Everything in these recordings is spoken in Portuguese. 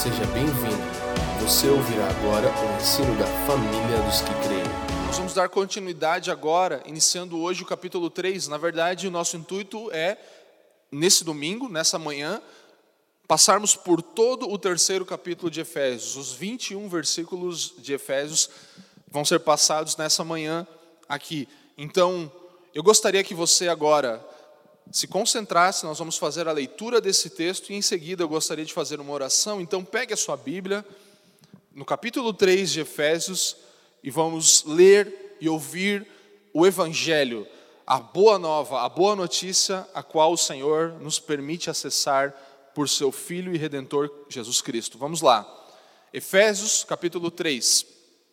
Seja bem-vindo. Você ouvirá agora o ensino da família dos que creem. Nós vamos dar continuidade agora, iniciando hoje o capítulo 3. Na verdade, o nosso intuito é, nesse domingo, nessa manhã, passarmos por todo o terceiro capítulo de Efésios. Os 21 versículos de Efésios vão ser passados nessa manhã aqui. Então, eu gostaria que você agora se concentrasse. Nós vamos fazer a leitura desse texto e em seguida eu gostaria de fazer uma oração. Então pegue a sua Bíblia no capítulo 3 de Efésios e vamos ler e ouvir o Evangelho, a boa nova, a boa notícia, a qual o Senhor nos permite acessar por seu Filho e Redentor Jesus Cristo. Vamos lá, Efésios capítulo 3.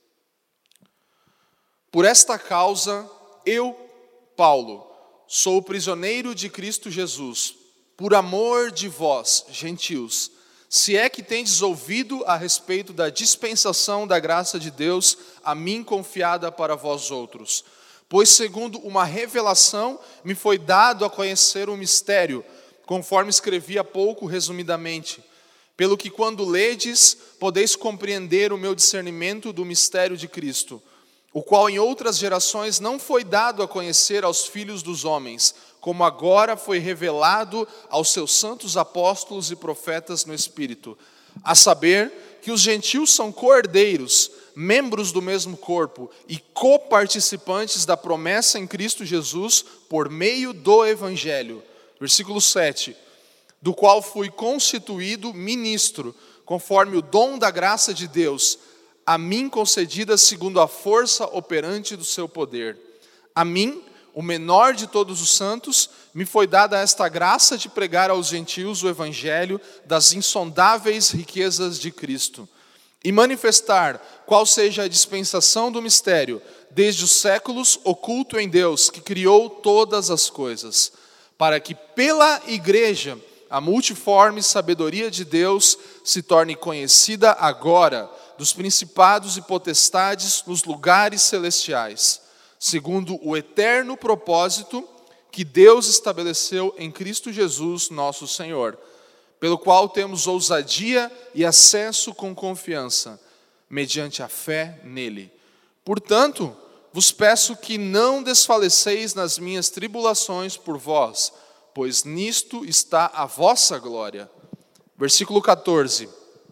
Por esta causa, eu, Paulo, sou prisioneiro de Cristo Jesus, por amor de vós, gentios, se é que tendes ouvido a respeito da dispensação da graça de Deus, a mim confiada para vós outros. Pois segundo uma revelação, me foi dado a conhecer o mistério, conforme escrevi há pouco resumidamente, pelo que quando ledes, podeis compreender o meu discernimento do mistério de Cristo, o qual em outras gerações não foi dado a conhecer aos filhos dos homens, como agora foi revelado aos seus santos apóstolos e profetas no Espírito, a saber que os gentios são co-herdeiros, membros do mesmo corpo e coparticipantes da promessa em Cristo Jesus por meio do Evangelho. Versículo 7, do qual fui constituído ministro, conforme o dom da graça de Deus, a mim concedida segundo a força operante do seu poder. A mim, o menor de todos os santos, me foi dada esta graça de pregar aos gentios o evangelho das insondáveis riquezas de Cristo, e manifestar qual seja a dispensação do mistério, desde os séculos oculto em Deus, que criou todas as coisas, para que pela igreja a multiforme sabedoria de Deus se torne conhecida agora, dos principados e potestades nos lugares celestiais, segundo o eterno propósito que Deus estabeleceu em Cristo Jesus, nosso Senhor, pelo qual temos ousadia e acesso com confiança, mediante a fé nele. Portanto, vos peço que não desfaleceis nas minhas tribulações por vós, pois nisto está a vossa glória. Versículo 14.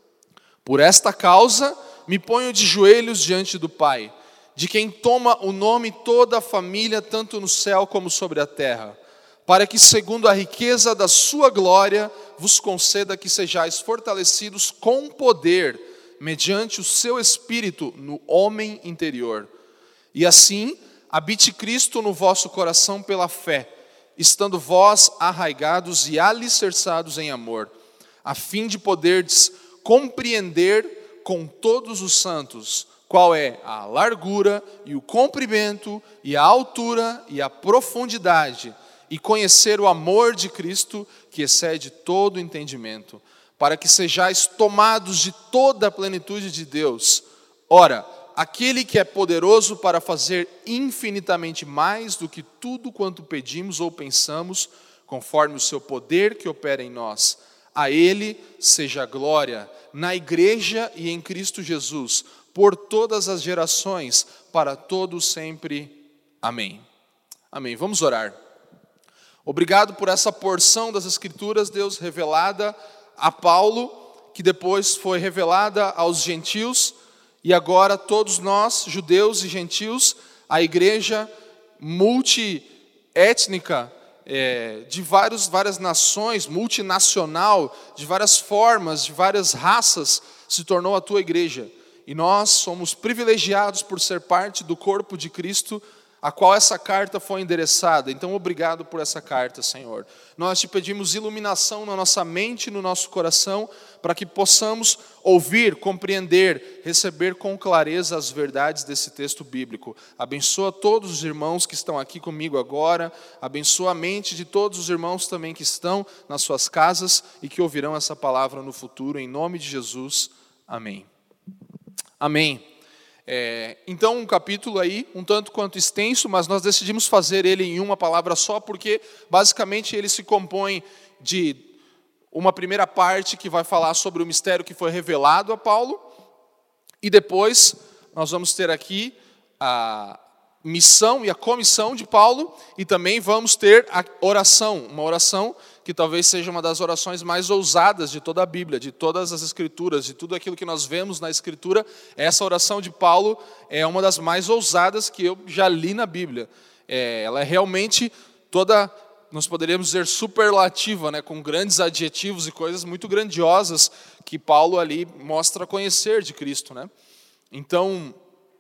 Por esta causa, me ponho de joelhos diante do Pai, de quem toma o nome toda a família, tanto no céu como sobre a terra, para que, segundo a riqueza da sua glória, vos conceda que sejais fortalecidos com poder, mediante o seu Espírito no homem interior. E assim, habite Cristo no vosso coração pela fé, estando vós arraigados e alicerçados em amor, a fim de poderdes compreender com todos os santos qual é a largura e o comprimento e a altura e a profundidade, e conhecer o amor de Cristo que excede todo entendimento, para que sejais tomados de toda a plenitude de Deus. Ora, aquele que é poderoso para fazer infinitamente mais do que tudo quanto pedimos ou pensamos, conforme o seu poder que opera em nós, a Ele seja a glória, na igreja e em Cristo Jesus, por todas as gerações, para todos sempre. Amém. Amém. Vamos orar. Obrigado por essa porção das Escrituras, Deus, revelada a Paulo, que depois foi revelada aos gentios, e agora todos nós, judeus e gentios, a igreja multiétnica, de várias nações, multinacional, de várias formas, de várias raças, se tornou a tua igreja. E nós somos privilegiados por ser parte do corpo de Cristo, a qual essa carta foi endereçada. Então, obrigado por essa carta, Senhor. Nós te pedimos iluminação na nossa mente e no nosso coração, para que possamos ouvir, compreender, receber com clareza as verdades desse texto bíblico. Abençoa todos os irmãos que estão aqui comigo agora, abençoa a mente de todos os irmãos também que estão nas suas casas e que ouvirão essa palavra no futuro, em nome de Jesus. Amém. Amém. Então um capítulo aí, um tanto quanto extenso, mas nós decidimos fazer ele em uma palavra só, porque basicamente ele se compõe de uma primeira parte que vai falar sobre o mistério que foi revelado a Paulo, e depois nós vamos ter aqui a missão e a comissão de Paulo, e também vamos ter a oração, uma oração que talvez seja uma das orações mais ousadas de toda a Bíblia, de todas as Escrituras, de tudo aquilo que nós vemos na Escritura. Essa oração de Paulo é uma das mais ousadas que eu já li na Bíblia. Ela é realmente toda, nós poderíamos dizer, superlativa, né, com grandes adjetivos e coisas muito grandiosas que Paulo ali mostra conhecer de Cristo, né? Então,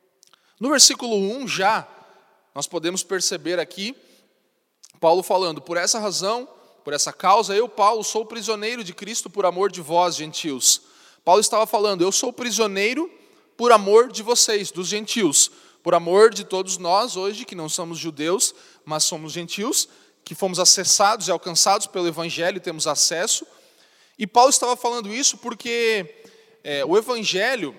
no versículo 1 já, nós podemos perceber aqui, Paulo falando: por essa razão, por essa causa, eu, Paulo, sou prisioneiro de Cristo por amor de vós, gentios. Paulo estava falando: eu sou prisioneiro por amor de vocês, dos gentios, por amor de todos nós hoje, que não somos judeus, mas somos gentios, que fomos acessados e alcançados pelo Evangelho e temos acesso. E Paulo estava falando isso porque o Evangelho,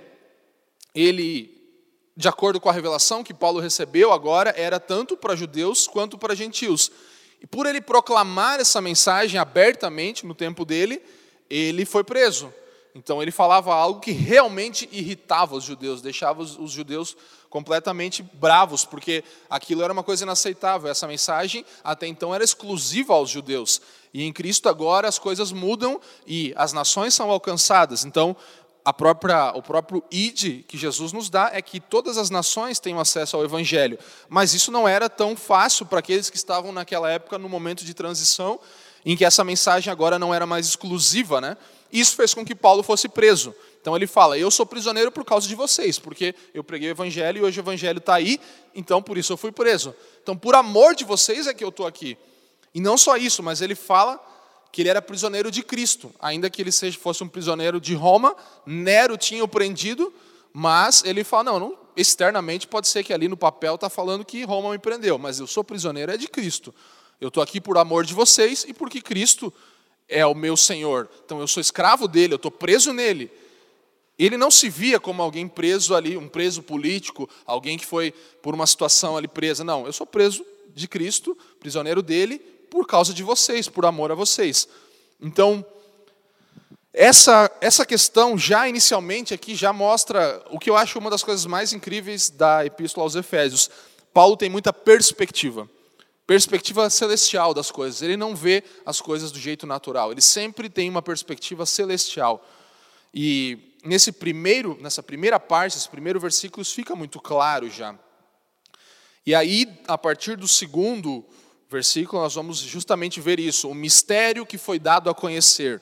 ele, de acordo com a revelação que Paulo recebeu agora, era tanto para judeus quanto para gentios. E por ele proclamar essa mensagem abertamente no tempo dele, ele foi preso. Então ele falava algo que realmente irritava os judeus, deixava os judeus completamente bravos, porque aquilo era uma coisa inaceitável. Essa mensagem até então era exclusiva aos judeus. E em Cristo agora as coisas mudam e as nações são alcançadas. Então o próprio ID que Jesus nos dá é que todas as nações tenham acesso ao Evangelho. Mas isso não era tão fácil para aqueles que estavam naquela época, no momento de transição, em que essa mensagem agora não era mais exclusiva, né? Isso fez com que Paulo fosse preso. Então ele fala: eu sou prisioneiro por causa de vocês, porque eu preguei o Evangelho e hoje o Evangelho está aí, então por isso eu fui preso. Então por amor de vocês é que eu estou aqui. E não só isso, mas ele fala que ele era prisioneiro de Cristo, ainda que ele fosse um prisioneiro de Roma. Nero tinha o prendido, mas ele fala: não, externamente pode ser que ali no papel está falando que Roma me prendeu, mas eu sou prisioneiro de Cristo. Eu estou aqui por amor de vocês e porque Cristo é o meu Senhor. Então eu sou escravo dele, eu estou preso nele. Ele não se via como alguém preso ali, um preso político, alguém que foi por uma situação ali presa. Não, eu sou preso de Cristo, prisioneiro dele, por causa de vocês, por amor a vocês. Então, essa questão já inicialmente aqui já mostra o que eu acho uma das coisas mais incríveis da Epístola aos Efésios. Paulo tem muita perspectiva celestial das coisas. Ele não vê as coisas do jeito natural, ele sempre tem uma perspectiva celestial. E nessa primeira parte, esses primeiros versículos, fica muito claro já. E aí, a partir do segundo versículo, nós vamos justamente ver isso, o mistério que foi dado a conhecer.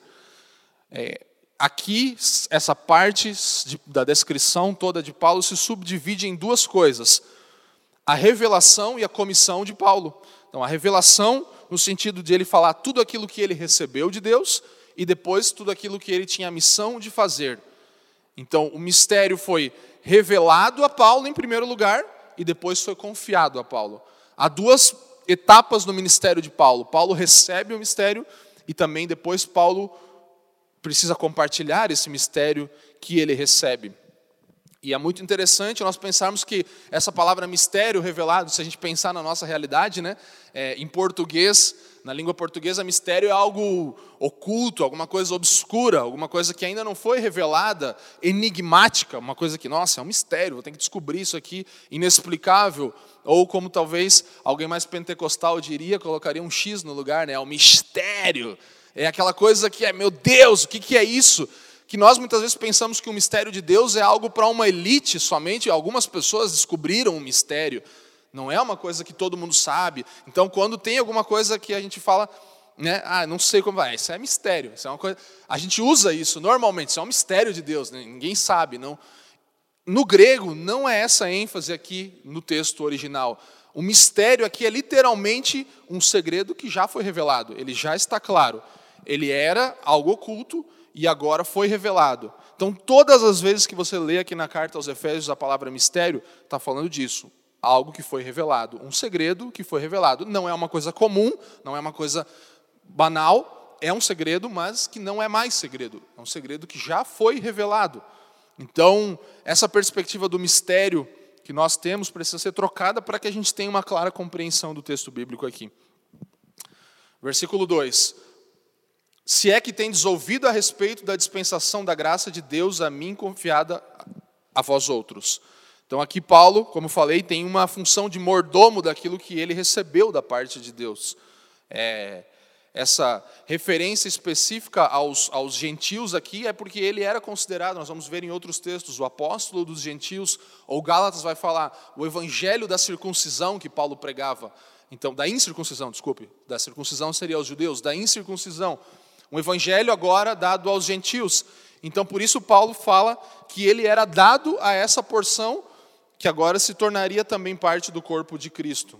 Aqui, essa parte da descrição toda de Paulo se subdivide em duas coisas: a revelação e a comissão de Paulo. Então, a revelação no sentido de ele falar tudo aquilo que ele recebeu de Deus, e depois tudo aquilo que ele tinha a missão de fazer. Então, o mistério foi revelado a Paulo em primeiro lugar, e depois foi confiado a Paulo. Há duas etapas no ministério de Paulo. Paulo recebe o mistério, e também depois Paulo precisa compartilhar esse mistério que ele recebe. E é muito interessante nós pensarmos que essa palavra mistério revelado, se a gente pensar na nossa realidade, né, em português, na língua portuguesa, mistério é algo oculto, alguma coisa obscura, alguma coisa que ainda não foi revelada, enigmática, uma coisa que, nossa, é um mistério, vou ter que descobrir isso aqui, inexplicável. Ou como talvez alguém mais pentecostal diria, colocaria um X no lugar, né? É um mistério. É aquela coisa que meu Deus, o que é isso? Que nós muitas vezes pensamos que o mistério de Deus é algo para uma elite somente. Algumas pessoas descobriram o mistério. Não é uma coisa que todo mundo sabe. Então, quando tem alguma coisa que a gente fala, né? Não sei como vai. Isso é mistério. Isso é uma coisa. A gente usa isso normalmente. Isso é um mistério de Deus. Né? Ninguém sabe, não. No grego, não é essa ênfase aqui no texto original. O mistério aqui é literalmente um segredo que já foi revelado. Ele já está claro. Ele era algo oculto e agora foi revelado. Então, todas as vezes que você lê aqui na carta aos Efésios a palavra mistério, está falando disso. Algo que foi revelado. Um segredo que foi revelado. Não é uma coisa comum, não é uma coisa banal. É um segredo, mas que não é mais segredo. É um segredo que já foi revelado. Então, essa perspectiva do mistério que nós temos precisa ser trocada para que a gente tenha uma clara compreensão do texto bíblico aqui. Versículo 2. se é que tendes ouvido a respeito da dispensação da graça de Deus a mim confiada a vós outros. Então aqui Paulo, como falei, tem uma função de mordomo daquilo que ele recebeu da parte de Deus. Essa referência específica aos gentios aqui é porque ele era considerado, nós vamos ver em outros textos, o apóstolo dos gentios, ou Gálatas vai falar, o evangelho da circuncisão que Paulo pregava. Então, da incircuncisão, desculpe, da circuncisão seria aos judeus, da incircuncisão. Um evangelho agora dado aos gentios. Então, por isso Paulo fala que ele era dado a essa porção que agora se tornaria também parte do corpo de Cristo.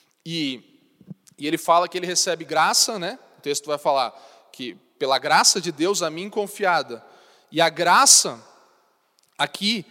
E ele fala que ele recebe graça, né? O texto vai falar que pela graça de Deus a mim confiada. E a graça aqui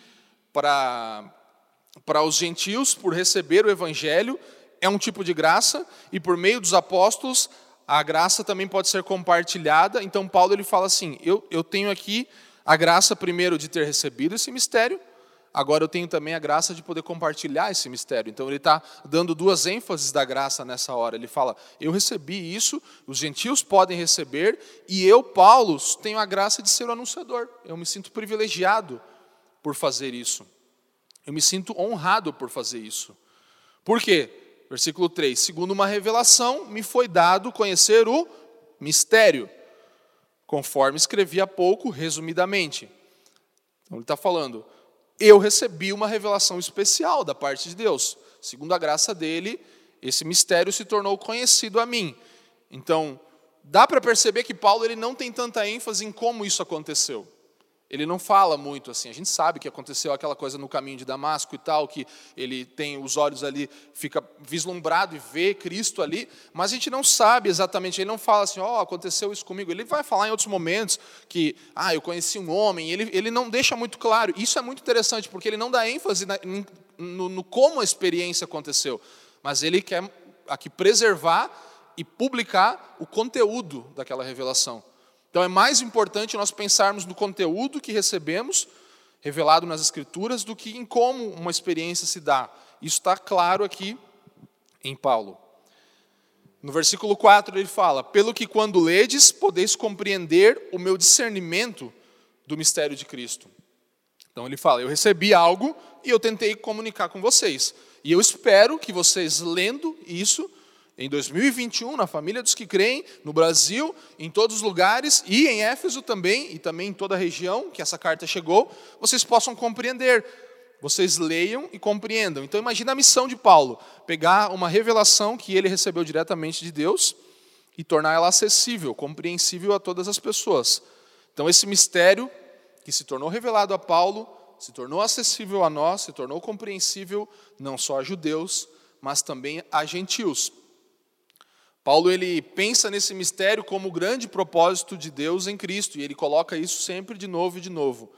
para os gentios, por receber o evangelho, é um tipo de graça, e por meio dos apóstolos, a graça também pode ser compartilhada. Então Paulo ele fala assim, eu tenho aqui a graça primeiro de ter recebido esse mistério, agora eu tenho também a graça de poder compartilhar esse mistério. Então ele está dando duas ênfases da graça nessa hora. Ele fala, eu recebi isso, os gentios podem receber, e eu, Paulo, tenho a graça de ser o anunciador. Eu me sinto privilegiado por fazer isso. Eu me sinto honrado por fazer isso. Por quê? Versículo 3, segundo uma revelação, me foi dado conhecer o mistério, conforme escrevi há pouco, resumidamente. Então ele está falando, eu recebi uma revelação especial da parte de Deus. Segundo a graça dele, esse mistério se tornou conhecido a mim. Então, dá para perceber que Paulo ele não tem tanta ênfase em como isso aconteceu. Ele não fala muito assim. A gente sabe que aconteceu aquela coisa no caminho de Damasco e tal, que ele tem os olhos ali, fica vislumbrado e vê Cristo ali, mas a gente não sabe exatamente, ele não fala assim, aconteceu isso comigo. Ele vai falar em outros momentos que, eu conheci um homem, ele não deixa muito claro. Isso é muito interessante, porque ele não dá ênfase no como a experiência aconteceu, mas ele quer aqui preservar e publicar o conteúdo daquela revelação. Então é mais importante nós pensarmos no conteúdo que recebemos, revelado nas Escrituras, do que em como uma experiência se dá. Isso está claro aqui em Paulo. No versículo 4 ele fala, pelo que quando ledes, podeis compreender o meu discernimento do mistério de Cristo. Então ele fala, eu recebi algo e eu tentei comunicar com vocês. E eu espero que vocês lendo isso, em 2021, na família dos que creem, no Brasil, em todos os lugares, e em Éfeso também, e também em toda a região que essa carta chegou, vocês possam compreender, vocês leiam e compreendam. Então imagina a missão de Paulo, pegar uma revelação que ele recebeu diretamente de Deus e tornar ela acessível, compreensível a todas as pessoas. Então esse mistério que se tornou revelado a Paulo, se tornou acessível a nós, se tornou compreensível não só a judeus, mas também a gentios. Paulo ele pensa nesse mistério como o grande propósito de Deus em Cristo, e ele coloca isso sempre de novo e de novo.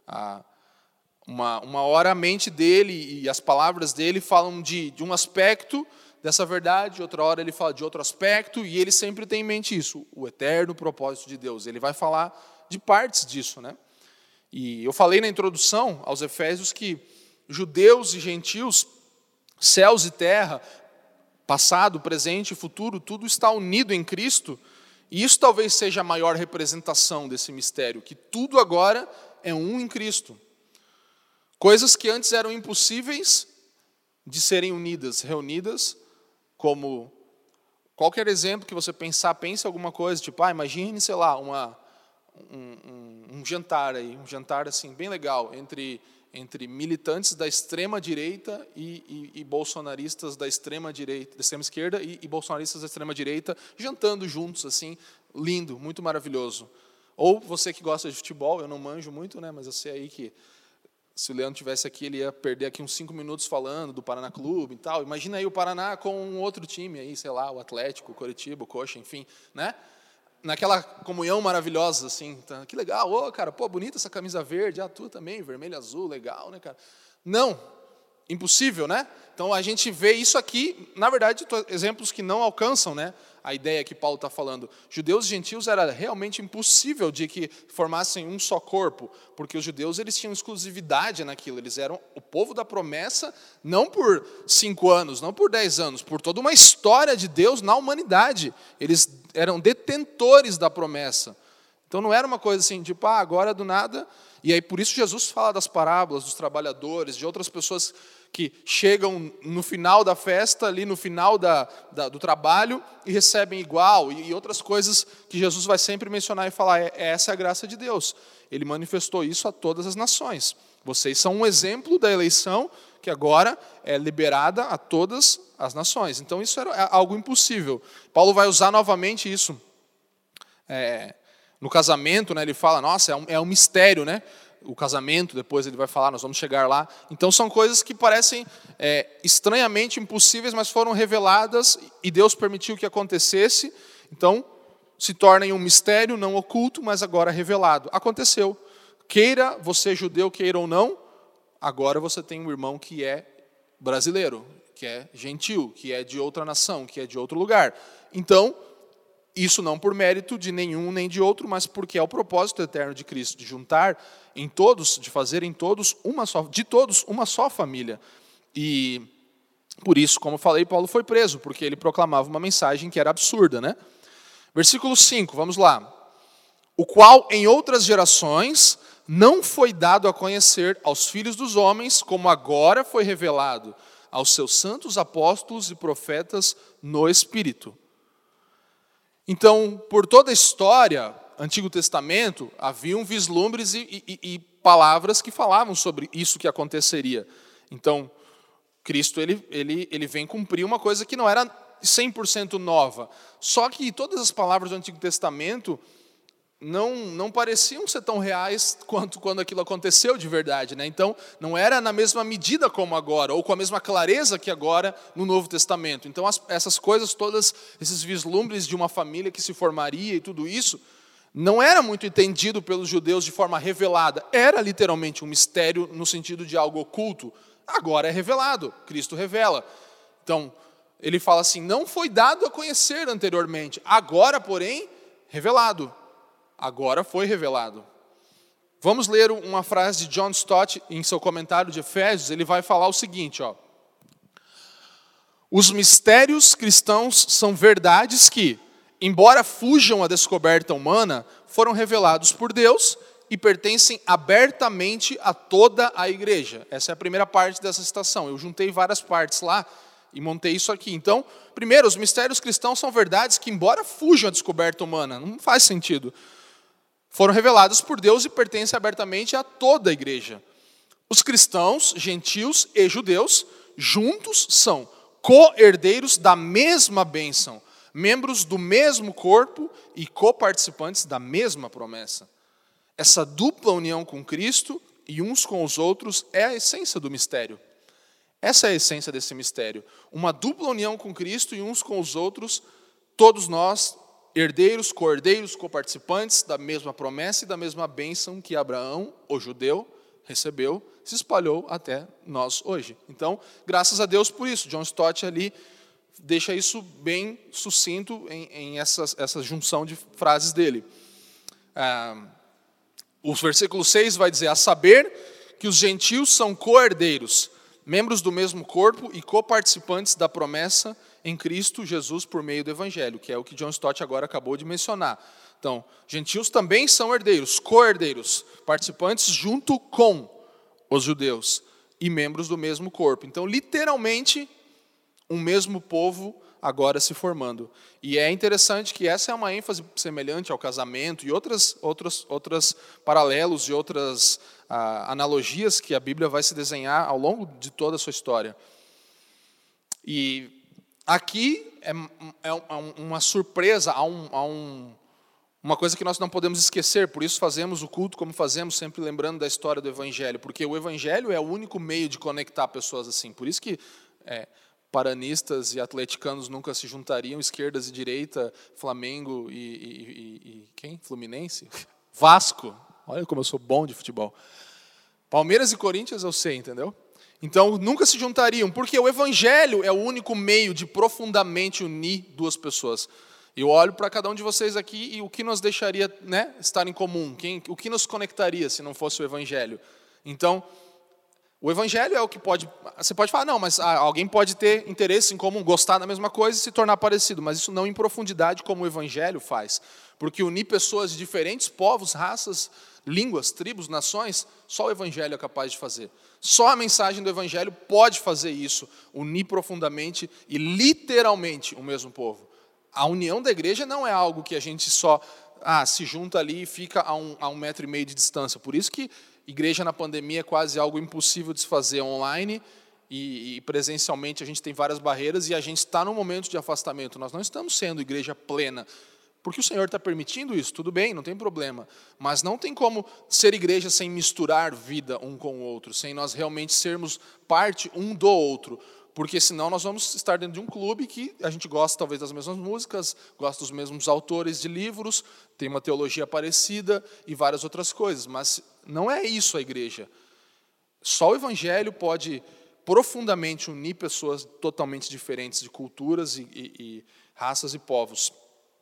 Uma hora a mente dele e as palavras dele falam de um aspecto dessa verdade, outra hora ele fala de outro aspecto, e ele sempre tem em mente isso, o eterno propósito de Deus. Ele vai falar de partes disso, né? E eu falei na introdução aos Efésios que judeus e gentios, céus e terra, passado, presente e futuro, tudo está unido em Cristo, e isso talvez seja a maior representação desse mistério, que tudo agora é um em Cristo. Coisas que antes eram impossíveis de serem unidas, reunidas, como qualquer exemplo que você pensar, pense alguma coisa, tipo, imagine, sei lá, um jantar aí, um jantar assim, bem legal, entre militantes da extrema-direita e bolsonaristas da extrema-direita, da extrema-esquerda e bolsonaristas da extrema-direita, jantando juntos, assim, lindo, muito maravilhoso. Ou você que gosta de futebol, eu não manjo muito, né, mas eu sei aí que se o Leandro estivesse aqui, ele ia perder aqui uns 5 minutos falando do Paraná Clube e tal. Imagina aí o Paraná com um outro time, aí, sei lá, o Atlético, o Coritiba, o Coxa, enfim, né? Naquela comunhão maravilhosa, assim, tá, que legal, cara, bonita essa camisa verde, tu também, vermelho e azul, legal, né, cara? Não, impossível, né? Então a gente vê isso aqui, na verdade, exemplos que não alcançam, né, a ideia que Paulo está falando. Judeus e gentios era realmente impossível de que formassem um só corpo, porque os judeus eles tinham exclusividade naquilo, eles eram o povo da promessa, não por 5 anos, não por 10 anos, por toda uma história de Deus na humanidade. Eles eram detentores da promessa. Então não era uma coisa assim, tipo, agora do nada. E aí por isso Jesus fala das parábolas, dos trabalhadores, de outras pessoas que chegam no final da festa, ali no final do trabalho, e recebem igual, e outras coisas que Jesus vai sempre mencionar e falar, essa é a graça de Deus. Ele manifestou isso a todas as nações. Vocês são um exemplo da eleição que agora é liberada a todas as nações. Então isso era algo impossível. Paulo vai usar novamente isso no casamento, né? Ele fala, nossa, é um mistério, né? O casamento, depois ele vai falar, nós vamos chegar lá. Então são coisas que parecem estranhamente impossíveis, mas foram reveladas e Deus permitiu que acontecesse. Então se torna em um mistério não oculto, mas agora revelado. Aconteceu. Queira você judeu, queira ou não, agora você tem um irmão que é brasileiro, que é gentil, que é de outra nação, que é de outro lugar. Então, isso não por mérito de nenhum nem de outro, mas porque é o propósito eterno de Cristo, de juntar em todos, de fazer em todos de todos uma só família. E por isso, como eu falei, Paulo foi preso, porque ele proclamava uma mensagem que era absurda, né? Versículo 5, vamos lá. O qual em outras gerações não foi dado a conhecer aos filhos dos homens, como agora foi revelado aos seus santos apóstolos e profetas no Espírito. Então, por toda a história, Antigo Testamento, haviam vislumbres e palavras que falavam sobre isso que aconteceria. Então, Cristo ele vem cumprir uma coisa que não era 100% nova. Só que todas as palavras do Antigo Testamento não pareciam ser tão reais quanto quando aquilo aconteceu de verdade, né? Então, não era na mesma medida como agora, ou com a mesma clareza que agora no Novo Testamento. Então, essas coisas todas, esses vislumbres de uma família que se formaria e tudo isso, não era muito entendido pelos judeus de forma revelada. Era literalmente um mistério no sentido de algo oculto. Agora é revelado, Cristo revela. Então, ele fala assim, não foi dado a conhecer anteriormente, agora, porém, revelado. Agora foi revelado. Vamos ler uma frase de John Stott em seu comentário de Efésios. Ele vai falar o seguinte, ó. Os mistérios cristãos são verdades que, embora fujam à descoberta humana, foram revelados por Deus e pertencem abertamente a toda a igreja. Essa é a primeira parte dessa citação. Eu juntei várias partes lá e montei isso aqui. Então, primeiro, os mistérios cristãos são verdades que, embora fujam à descoberta humana, não faz sentido, foram revelados por Deus e pertencem abertamente a toda a igreja. Os cristãos, gentios e judeus, juntos são co-herdeiros da mesma bênção, membros do mesmo corpo e coparticipantes da mesma promessa. Essa dupla união com Cristo e uns com os outros é a essência do mistério. Essa é a essência desse mistério. Uma dupla união com Cristo e uns com os outros, todos nós, herdeiros, co-herdeiros, coparticipantes da mesma promessa e da mesma bênção que Abraão, o judeu, recebeu, se espalhou até nós hoje. Então, graças a Deus por isso. John Stott ali deixa isso bem sucinto em essa junção de frases dele. O versículo 6 vai dizer, a saber que os gentios são co-herdeiros, membros do mesmo corpo e coparticipantes da promessa em Cristo Jesus por meio do Evangelho, que é o que John Stott agora acabou de mencionar. Então, gentios também são herdeiros, co-herdeiros, participantes junto com os judeus e membros do mesmo corpo. Então, literalmente, um mesmo povo agora se formando. E é interessante que essa é uma ênfase semelhante ao casamento e outros paralelos e outras analogias que a Bíblia vai se desenhar ao longo de toda a sua história. E aqui é uma surpresa, uma coisa que nós não podemos esquecer, por isso fazemos o culto como fazemos, sempre lembrando da história do Evangelho, porque o Evangelho é o único meio de conectar pessoas assim. Por isso que paranistas e atleticanos nunca se juntariam, esquerdas e direita, Flamengo e quem? Fluminense? Vasco. Olha como eu sou bom de futebol. Palmeiras e Corinthians eu sei, entendeu? Então, nunca se juntariam, porque o Evangelho é o único meio de profundamente unir duas pessoas. Eu olho para cada um de vocês aqui e o que nos deixaria, né, estar em comum? O que nos conectaria se não fosse o Evangelho? Então, O evangelho é o que pode... Você pode falar, não, mas alguém pode ter interesse em comum, gostar da mesma coisa e se tornar parecido, mas isso não em profundidade como o evangelho faz. Porque unir pessoas de diferentes povos, raças, línguas, tribos, nações, só o evangelho é capaz de fazer. Só a mensagem do evangelho pode fazer isso, unir profundamente e literalmente o mesmo povo. A união da igreja não é algo que a gente só se junta ali e fica a 1,5 metro de distância. Por isso que igreja na pandemia é quase algo impossível de se fazer online e presencialmente a gente tem várias barreiras e a gente está num momento de afastamento. Nós não estamos sendo igreja plena, porque o Senhor está permitindo isso, tudo bem, não tem problema. Mas não tem como ser igreja sem misturar vida um com o outro, sem nós realmente sermos parte um do outro. Porque senão nós vamos estar dentro de um clube que a gente gosta talvez das mesmas músicas, gosta dos mesmos autores de livros, tem uma teologia parecida e várias outras coisas. Mas não é isso a igreja. Só o evangelho pode profundamente unir pessoas totalmente diferentes de culturas e raças e povos.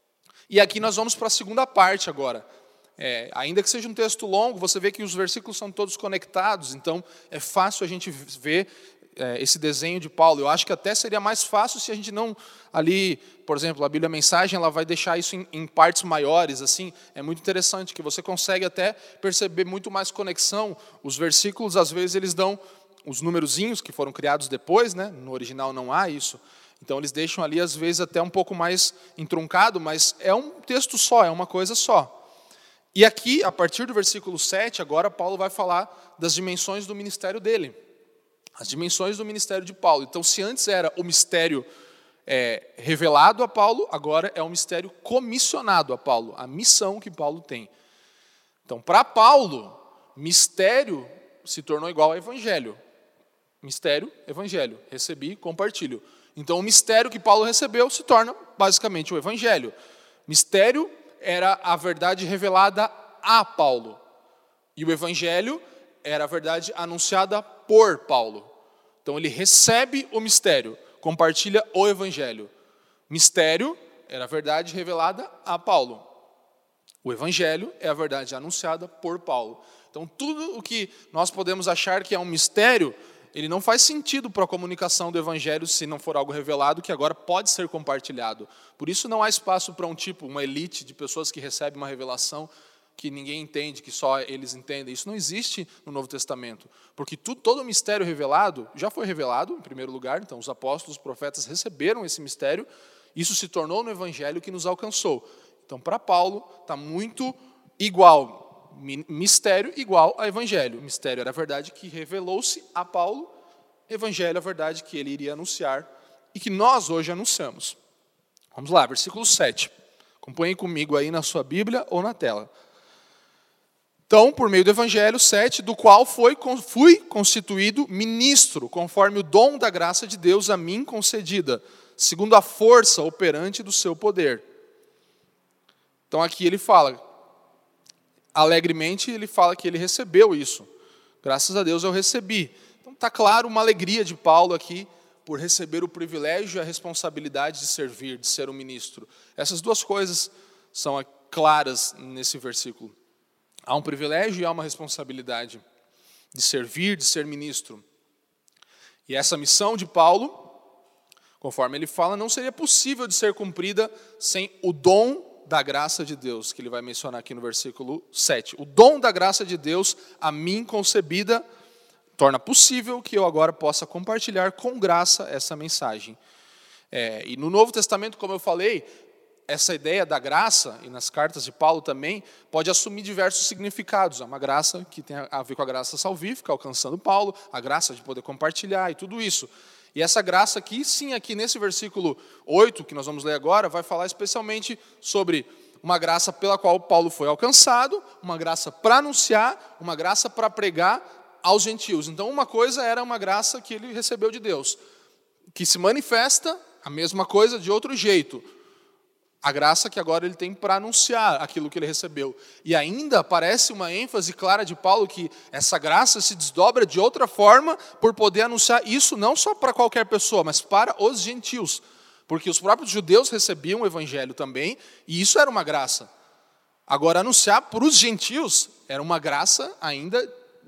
E aqui nós vamos para a segunda parte agora. Ainda que seja um texto longo, você vê que os versículos são todos conectados, então é fácil a gente ver esse desenho de Paulo. Eu acho que até seria mais fácil se a gente não ali, por exemplo, a Bíblia Mensagem, ela vai deixar isso em partes maiores, assim. É muito interessante que você consegue até perceber muito mais conexão. Os versículos, às vezes, eles dão os numerozinhos que foram criados depois, né? No original não há isso. Então eles deixam ali, às vezes, até um pouco mais entroncado, mas é um texto só, é uma coisa só. E aqui, a partir do versículo 7, agora Paulo vai falar das dimensões do ministério dele. As dimensões do ministério de Paulo. Então, se antes era o mistério revelado a Paulo, agora é o mistério comissionado a Paulo, a missão que Paulo tem. Então, para Paulo, mistério se tornou igual a evangelho. Mistério, evangelho. Recebi, compartilho. Então, o mistério que Paulo recebeu se torna basicamente o evangelho. Mistério era a verdade revelada a Paulo. E o evangelho era a verdade anunciada por Paulo. Então ele recebe o mistério, compartilha o evangelho. Mistério era a verdade revelada a Paulo. O evangelho é a verdade anunciada por Paulo. Então tudo o que nós podemos achar que é um mistério, ele não faz sentido para a comunicação do evangelho se não for algo revelado que agora pode ser compartilhado. Por isso não há espaço para uma elite de pessoas que recebem uma revelação que ninguém entende, que só eles entendem. Isso não existe no Novo Testamento. Porque todo o mistério revelado já foi revelado, em primeiro lugar. Então, os apóstolos, os profetas receberam esse mistério. Isso se tornou no Evangelho que nos alcançou. Então, para Paulo, está muito igual. Mistério igual a Evangelho. Mistério era a verdade que revelou-se a Paulo. Evangelho é a verdade que ele iria anunciar e que nós hoje anunciamos. Vamos lá, versículo 7. Acompanhem comigo aí na sua Bíblia ou na tela. Então, por meio do Evangelho 7, do qual fui constituído ministro, conforme o dom da graça de Deus a mim concedida, segundo a força operante do seu poder. Então aqui ele fala, alegremente ele fala que ele recebeu isso. Graças a Deus eu recebi. Então está claro uma alegria de Paulo aqui, por receber o privilégio e a responsabilidade de servir, de ser um ministro. Essas duas coisas são claras nesse versículo. Há um privilégio e há uma responsabilidade de servir, de ser ministro. E essa missão de Paulo, conforme ele fala, não seria possível de ser cumprida sem o dom da graça de Deus, que ele vai mencionar aqui no versículo 7. O dom da graça de Deus, a mim concebida, torna possível que eu agora possa compartilhar com graça essa mensagem. E no Novo Testamento, como eu falei, essa ideia da graça, e nas cartas de Paulo também, pode assumir diversos significados. É uma graça que tem a ver com a graça salvífica, alcançando Paulo, a graça de poder compartilhar e tudo isso. E essa graça aqui, sim, aqui nesse versículo 8, que nós vamos ler agora, vai falar especialmente sobre uma graça pela qual Paulo foi alcançado, uma graça para anunciar, uma graça para pregar aos gentios. Então, uma coisa era uma graça que ele recebeu de Deus, que se manifesta a mesma coisa de outro jeito. A graça que agora ele tem para anunciar aquilo que ele recebeu. E ainda aparece uma ênfase clara de Paulo que essa graça se desdobra de outra forma por poder anunciar isso não só para qualquer pessoa, mas para os gentios. Porque os próprios judeus recebiam o evangelho também, e isso era uma graça. Agora, anunciar para os gentios era uma graça ainda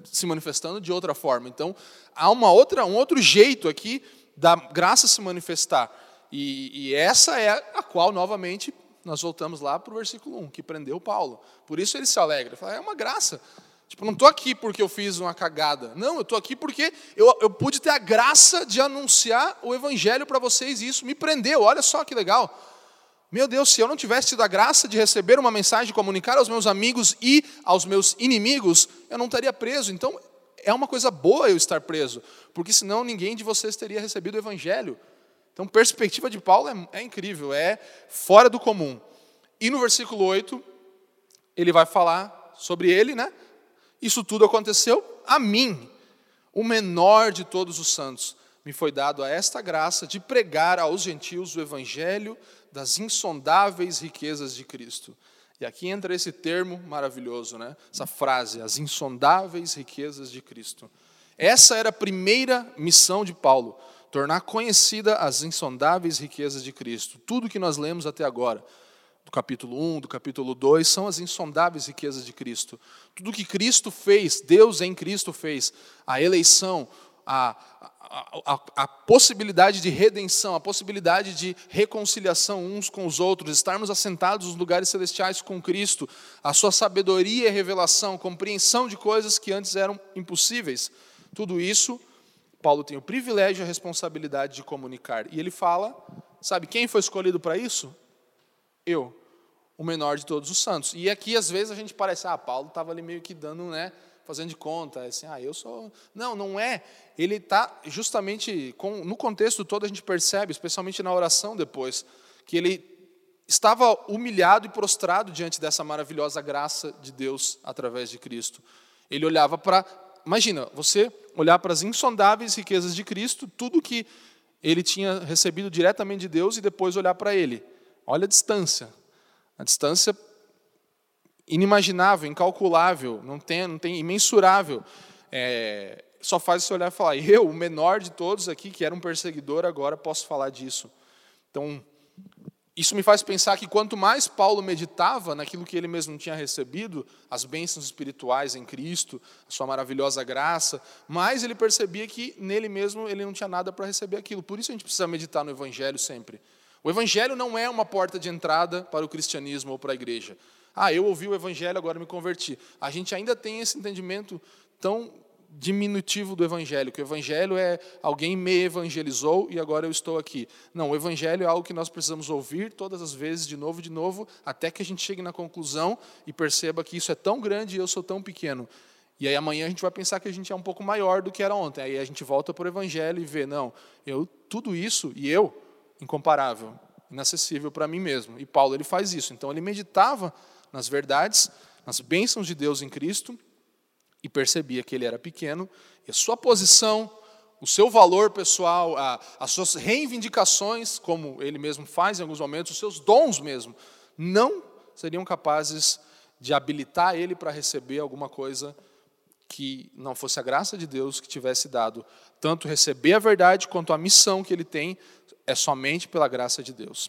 se manifestando de outra forma. Então, há um outro jeito aqui da graça se manifestar. E essa é a qual, novamente, nós voltamos lá para o versículo 1, que prendeu Paulo. Por isso ele se alegra. Ele fala, é uma graça. Tipo, não estou aqui porque eu fiz uma cagada. Não, eu estou aqui porque eu pude ter a graça de anunciar o evangelho para vocês e isso me prendeu. Olha só que legal. Meu Deus, se eu não tivesse tido a graça de receber uma mensagem, comunicar aos meus amigos e aos meus inimigos, eu não estaria preso. Então, é uma coisa boa eu estar preso, porque senão ninguém de vocês teria recebido o evangelho. Então, a perspectiva de Paulo é incrível, é fora do comum. E no versículo 8, ele vai falar sobre ele, né? Isso tudo aconteceu a mim, o menor de todos os santos. Me foi dado a esta graça de pregar aos gentios o evangelho das insondáveis riquezas de Cristo. E aqui entra esse termo maravilhoso, né? Essa frase, as insondáveis riquezas de Cristo. Essa era a primeira missão de Paulo, tornar conhecida as insondáveis riquezas de Cristo. Tudo que nós lemos até agora, do capítulo 1, do capítulo 2, são as insondáveis riquezas de Cristo. Tudo que Cristo fez, Deus em Cristo fez, a eleição, a possibilidade de redenção, a possibilidade de reconciliação uns com os outros, estarmos assentados nos lugares celestiais com Cristo, a sua sabedoria e revelação, compreensão de coisas que antes eram impossíveis. Tudo isso, Paulo tem o privilégio e a responsabilidade de comunicar. E ele fala, sabe quem foi escolhido para isso? Eu, o menor de todos os santos. E aqui, às vezes, a gente parece, Paulo estava ali meio que dando, né, fazendo de conta, assim, eu sou... Não, não é. Ele está justamente, no contexto todo a gente percebe, especialmente na oração depois, que ele estava humilhado e prostrado diante dessa maravilhosa graça de Deus através de Cristo. Ele olhava para... Imagina, você olhar para as insondáveis riquezas de Cristo, tudo que ele tinha recebido diretamente de Deus e depois olhar para ele. Olha a distância inimaginável, incalculável, não tem imensurável. Só faz você olhar e falar, eu, o menor de todos aqui, que era um perseguidor, agora posso falar disso. Então, isso me faz pensar que quanto mais Paulo meditava naquilo que ele mesmo tinha recebido, as bênçãos espirituais em Cristo, a sua maravilhosa graça, mais ele percebia que nele mesmo ele não tinha nada para receber aquilo. Por isso a gente precisa meditar no Evangelho sempre. O Evangelho não é uma porta de entrada para o cristianismo ou para a igreja. Eu ouvi o Evangelho, agora me converti. A gente ainda tem esse entendimento tão diminutivo do Evangelho, que o Evangelho é alguém me evangelizou e agora eu estou aqui. Não, o Evangelho é algo que nós precisamos ouvir todas as vezes, de novo, até que a gente chegue na conclusão e perceba que isso é tão grande e eu sou tão pequeno. E aí amanhã a gente vai pensar que a gente é um pouco maior do que era ontem. Aí a gente volta para o Evangelho e vê, não, tudo isso e eu, incomparável, inacessível para mim mesmo. E Paulo, ele faz isso. Então ele meditava nas verdades, nas bênçãos de Deus em Cristo, e percebia que ele era pequeno, e a sua posição, o seu valor pessoal, as suas reivindicações, como ele mesmo faz em alguns momentos, os seus dons mesmo, não seriam capazes de habilitar ele para receber alguma coisa que não fosse a graça de Deus que tivesse dado. Tanto receber a verdade quanto a missão que ele tem é somente pela graça de Deus.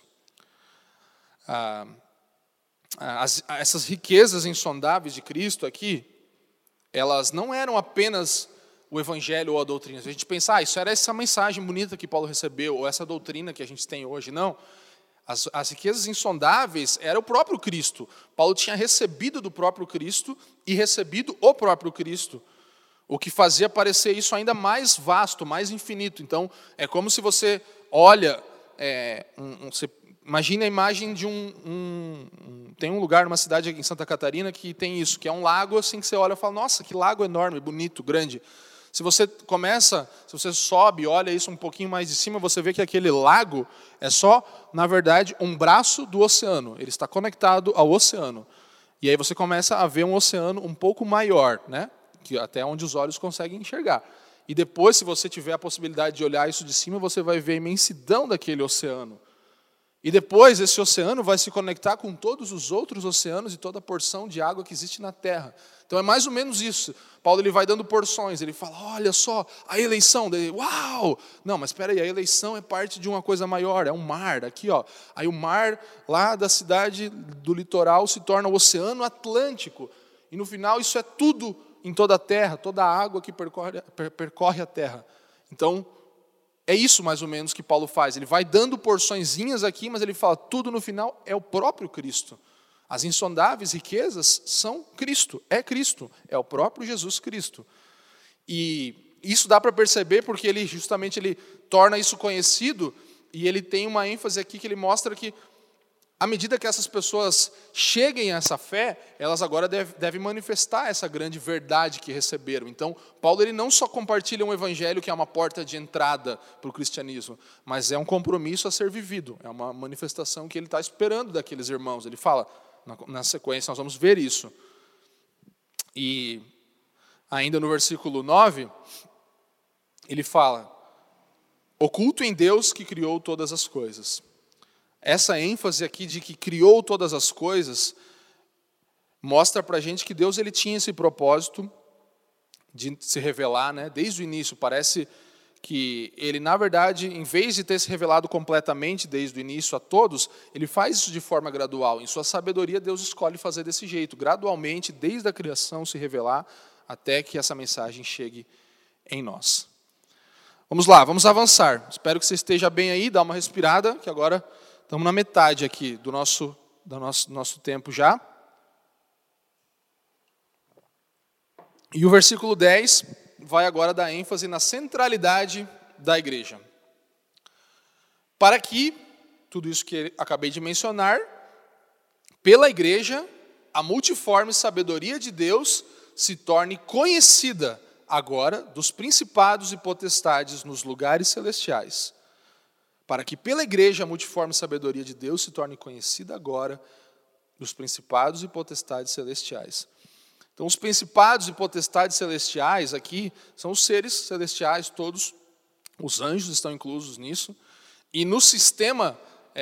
Essas riquezas insondáveis de Cristo aqui, elas não eram apenas o Evangelho ou a doutrina. A gente pensa, isso era essa mensagem bonita que Paulo recebeu, ou essa doutrina que a gente tem hoje. Não. As riquezas insondáveis era o próprio Cristo. Paulo tinha recebido do próprio Cristo e recebido o próprio Cristo, o que fazia parecer isso ainda mais vasto, mais infinito. Então, é como se você olha, você imagina a imagem de tem um lugar numa cidade aqui em Santa Catarina que tem isso, que é um lago assim que você olha e fala, nossa, que lago enorme, bonito, grande. Se você sobe e olha isso um pouquinho mais de cima, você vê que aquele lago é só, na verdade, um braço do oceano. Ele está conectado ao oceano. E aí você começa a ver um oceano um pouco maior, né? Que até onde os olhos conseguem enxergar. E depois, se você tiver a possibilidade de olhar isso de cima, você vai ver a imensidão daquele oceano. E depois esse oceano vai se conectar com todos os outros oceanos e toda a porção de água que existe na Terra. Então é mais ou menos isso. Paulo ele vai dando porções, ele fala, olha só, a eleição, uau! Não, mas espera aí, a eleição é parte de uma coisa maior, é um mar, aqui ó. Aí o mar lá da cidade do litoral se torna o Oceano Atlântico. E no final isso é tudo em toda a terra, toda a água que percorre a terra. Então, é isso mais ou menos que Paulo faz. Ele vai dando porçõezinhas aqui, mas ele fala, tudo no final é o próprio Cristo. As insondáveis riquezas são Cristo, é o próprio Jesus Cristo. E isso dá para perceber porque ele justamente ele torna isso conhecido e ele tem uma ênfase aqui que ele mostra que à medida que essas pessoas cheguem a essa fé, elas agora devem manifestar essa grande verdade que receberam. Então, Paulo ele não só compartilha um evangelho que é uma porta de entrada para o cristianismo, mas é um compromisso a ser vivido, é uma manifestação que ele está esperando daqueles irmãos. Ele fala, na sequência nós vamos ver isso. E ainda no versículo 9, ele fala, oculto em Deus que criou todas as coisas. Essa ênfase aqui de que criou todas as coisas mostra para a gente que Deus ele tinha esse propósito de se revelar, né? Desde o início. Parece que ele, na verdade, em vez de ter se revelado completamente desde o início a todos, ele faz isso de forma gradual. Em sua sabedoria, Deus escolhe fazer desse jeito, gradualmente, desde a criação, se revelar até que essa mensagem chegue em nós. Vamos lá, vamos avançar. Espero que você esteja bem aí, dá uma respirada, que agora estamos na metade aqui do nosso tempo já. E o versículo 10 vai agora dar ênfase na centralidade da igreja. Para que, tudo isso que acabei de mencionar, pela igreja, a multiforme sabedoria de Deus se torne conhecida agora dos principados e potestades nos lugares celestiais. Para que pela igreja a multiforme sabedoria de Deus se torne conhecida agora dos principados e potestades celestiais. Então, os principados e potestades celestiais aqui são os seres celestiais todos, os anjos estão inclusos nisso, e no sistema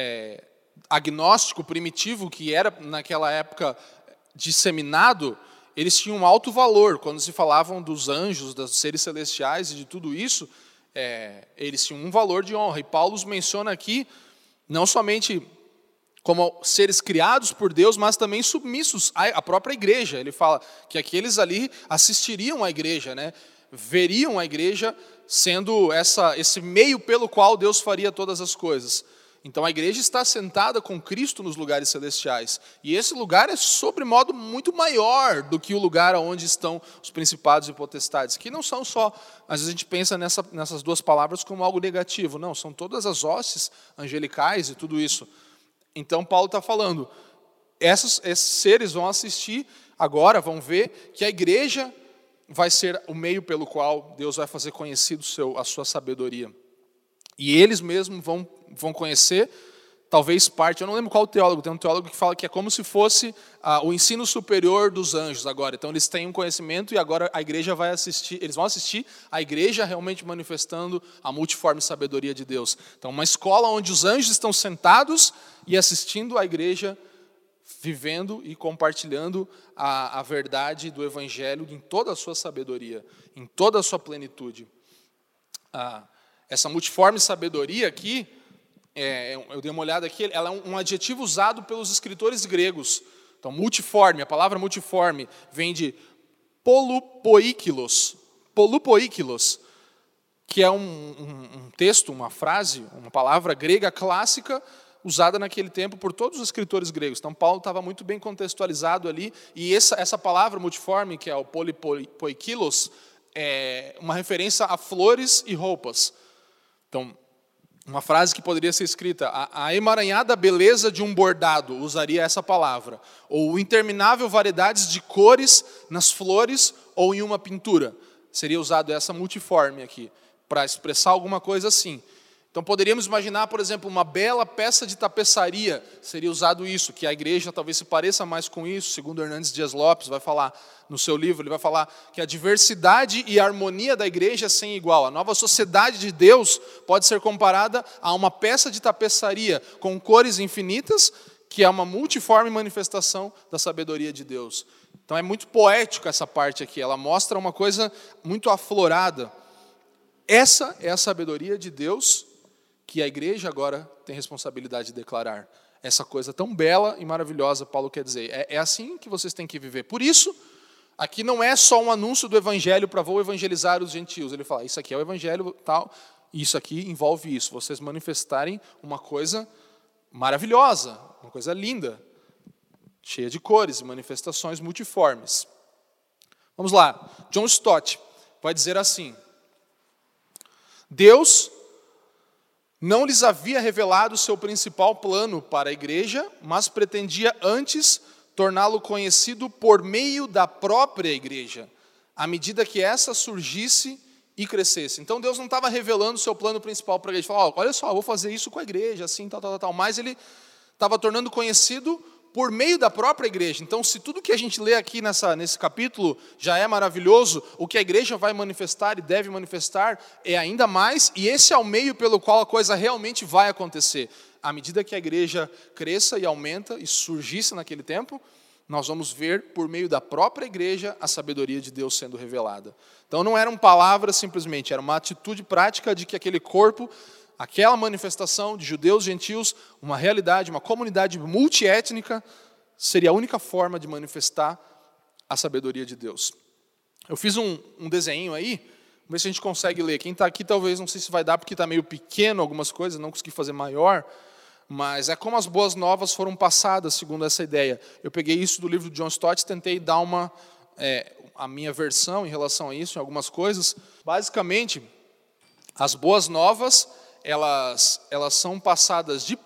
agnóstico primitivo que era naquela época disseminado, eles tinham um alto valor. Quando se falavam dos anjos, dos seres celestiais e de tudo isso, eles tinham um valor de honra. E Paulo os menciona aqui, não somente como seres criados por Deus, mas também submissos à própria igreja. Ele fala que aqueles ali assistiriam à igreja, né? Veriam a igreja sendo esse meio pelo qual Deus faria todas as coisas. Então a igreja está sentada com Cristo nos lugares celestiais. E esse lugar é sobremodo muito maior do que o lugar onde estão os principados e potestades, que não são só, às vezes a gente pensa nessas duas palavras como algo negativo. Não, são todas as hostes angelicais e tudo isso. Então Paulo está falando, esses seres vão assistir agora, vão ver que a igreja vai ser o meio pelo qual Deus vai fazer conhecido a sua sabedoria. E eles mesmos vão conhecer, talvez parte, eu não lembro qual teólogo, tem um teólogo que fala que é como se fosse o ensino superior dos anjos agora. Então eles têm um conhecimento e agora a igreja vai assistir, eles vão assistir a igreja realmente manifestando a multiforme sabedoria de Deus. Então uma escola onde os anjos estão sentados e assistindo a igreja, vivendo e compartilhando a verdade do evangelho em toda a sua sabedoria, em toda a sua plenitude. Essa multiforme sabedoria aqui, eu dei uma olhada aqui, ela é um adjetivo usado pelos escritores gregos. Então, multiforme, a palavra multiforme vem de polupoikilos, que é um texto, uma frase, uma palavra grega clássica, usada naquele tempo por todos os escritores gregos. Então, Paulo estava muito bem contextualizado ali, e essa palavra multiforme, que é o polipoikilos, é uma referência a flores e roupas. Então, uma frase que poderia ser escrita, a emaranhada beleza de um bordado, usaria essa palavra. Ou interminável variedades de cores nas flores ou em uma pintura. Seria usado essa multiforme aqui, para expressar alguma coisa assim. Então, poderíamos imaginar, por exemplo, uma bela peça de tapeçaria, seria usado isso, que a igreja talvez se pareça mais com isso, segundo Hernandes Dias Lopes vai falar no seu livro, ele vai falar que a diversidade e a harmonia da igreja é sem igual. A nova sociedade de Deus pode ser comparada a uma peça de tapeçaria com cores infinitas, que é uma multiforme manifestação da sabedoria de Deus. Então, é muito poético essa parte aqui, ela mostra uma coisa muito aflorada. Essa é a sabedoria de Deus, que a igreja agora tem responsabilidade de declarar. Essa coisa tão bela e maravilhosa, Paulo quer dizer. É assim que vocês têm que viver. Por isso, aqui não é só um anúncio do evangelho para vou evangelizar os gentios. Ele fala, isso aqui é o evangelho tal, e isso aqui envolve isso. Vocês manifestarem uma coisa maravilhosa, uma coisa linda, cheia de cores e manifestações multiformes. Vamos lá, John Stott vai dizer assim: Deus não lhes havia revelado seu principal plano para a igreja, mas pretendia antes torná-lo conhecido por meio da própria igreja, à medida que essa surgisse e crescesse. Então Deus não estava revelando o seu plano principal para a igreja. Falou, olha só, eu vou fazer isso com a igreja, assim, tal. Mas ele estava tornando conhecido por meio da própria igreja. Então, se tudo que a gente lê aqui nesse capítulo já é maravilhoso, o que a igreja vai manifestar e deve manifestar é ainda mais, e esse é o meio pelo qual a coisa realmente vai acontecer. À medida que a igreja cresça e aumenta e surgisse naquele tempo, nós vamos ver por meio da própria igreja a sabedoria de Deus sendo revelada. Então não eram palavras simplesmente, era uma atitude prática de que aquele corpo, aquela manifestação de judeus, gentios, uma realidade, uma comunidade multiétnica, seria a única forma de manifestar a sabedoria de Deus. Eu fiz um desenho aí, vamos ver se a gente consegue ler. Quem está aqui talvez, não sei se vai dar, porque está meio pequeno algumas coisas, não consegui fazer maior, mas é como as boas novas foram passadas, segundo essa ideia. Eu peguei isso do livro de John Stott, tentei dar a minha versão em relação a isso, em algumas coisas. Basicamente, as boas novas, elas são passadas de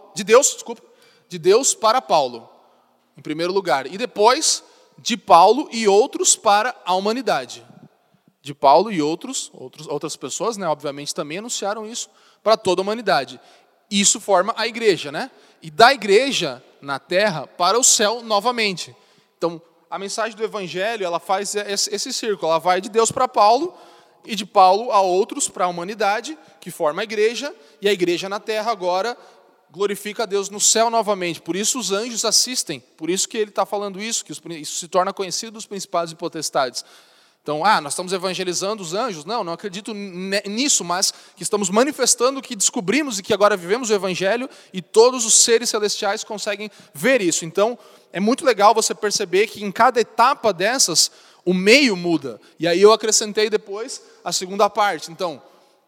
Deus para Paulo, em primeiro lugar, e depois de Paulo e outros para a humanidade. De Paulo e outras pessoas, né, obviamente também anunciaram isso para toda a humanidade. Isso forma a igreja, né? E da igreja na terra para o céu novamente. Então, a mensagem do evangelho, ela faz esse círculo, ela vai de Deus para Paulo, e de Paulo a outros, para a humanidade, que forma a igreja, e a igreja na terra agora glorifica a Deus no céu novamente. Por isso os anjos assistem, por isso que ele está falando isso, que isso se torna conhecido dos principados e potestades. Então, nós estamos evangelizando os anjos? Não acredito nisso, mas que estamos manifestando que descobrimos e que agora vivemos o evangelho e todos os seres celestiais conseguem ver isso. Então, é muito legal você perceber que em cada etapa dessas, o meio muda. E aí eu acrescentei depois a segunda parte. Então,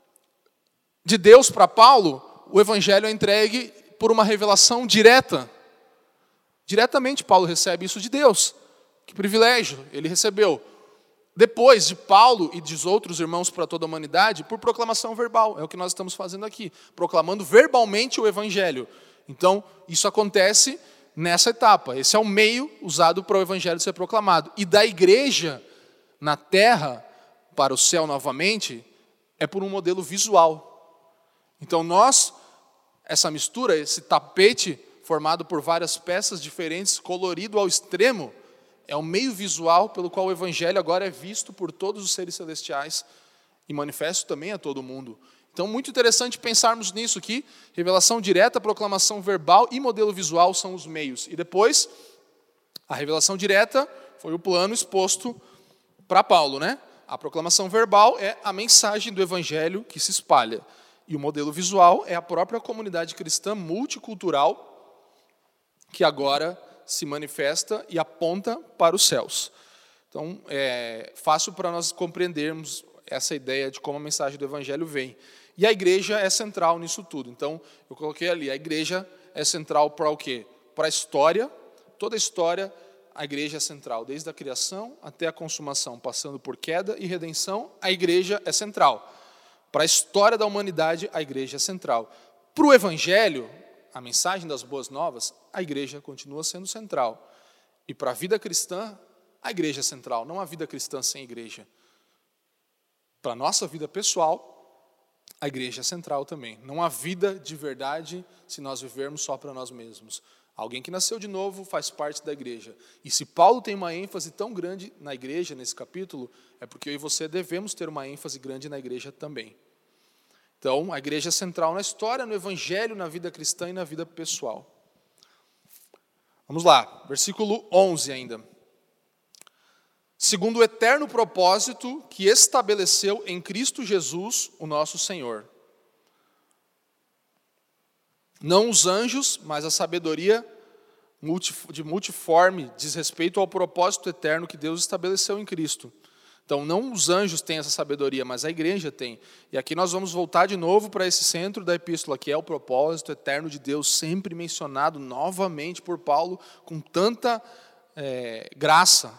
de Deus para Paulo, o evangelho é entregue por uma revelação direta. Diretamente Paulo recebe isso de Deus. Que privilégio ele recebeu. Depois de Paulo e dos outros irmãos para toda a humanidade, por proclamação verbal. É o que nós estamos fazendo aqui. Proclamando verbalmente o evangelho. Então, isso acontece nessa etapa. Esse é o meio usado para o evangelho ser proclamado. E da igreja na terra para o céu novamente, é por um modelo visual. Então essa mistura, esse tapete formado por várias peças diferentes, colorido ao extremo, é o meio visual pelo qual o evangelho agora é visto por todos os seres celestiais e manifesto também a todo mundo. Então, muito interessante pensarmos nisso aqui. Revelação direta, proclamação verbal e modelo visual são os meios. E depois, a revelação direta foi o plano exposto para Paulo, né? A proclamação verbal é a mensagem do evangelho que se espalha. E o modelo visual é a própria comunidade cristã multicultural que agora se manifesta e aponta para os céus. Então, é fácil para nós compreendermos essa ideia de como a mensagem do evangelho vem. E a igreja é central nisso tudo. Então, eu coloquei ali, a igreja é central para o quê? Para a história, toda a história, a igreja é central. Desde a criação até a consumação, passando por queda e redenção, a igreja é central. Para a história da humanidade, a igreja é central. Para o evangelho, a mensagem das boas novas, a igreja continua sendo central. E para a vida cristã, a igreja é central. Não há vida cristã sem igreja. Para a nossa vida pessoal, a igreja é central também. Não há vida de verdade se nós vivermos só para nós mesmos. Alguém que nasceu de novo faz parte da igreja. E se Paulo tem uma ênfase tão grande na igreja, nesse capítulo, é porque eu e você devemos ter uma ênfase grande na igreja também. Então, a igreja é central na história, no evangelho, na vida cristã e na vida pessoal. Vamos lá, versículo 11 ainda. Segundo o eterno propósito que estabeleceu em Cristo Jesus, o nosso Senhor. Não os anjos, mas a sabedoria multiforme diz respeito ao propósito eterno que Deus estabeleceu em Cristo. Então, não os anjos têm essa sabedoria, mas a igreja tem. E aqui nós vamos voltar de novo para esse centro da epístola, que é o propósito eterno de Deus, sempre mencionado novamente por Paulo, com tanta graça.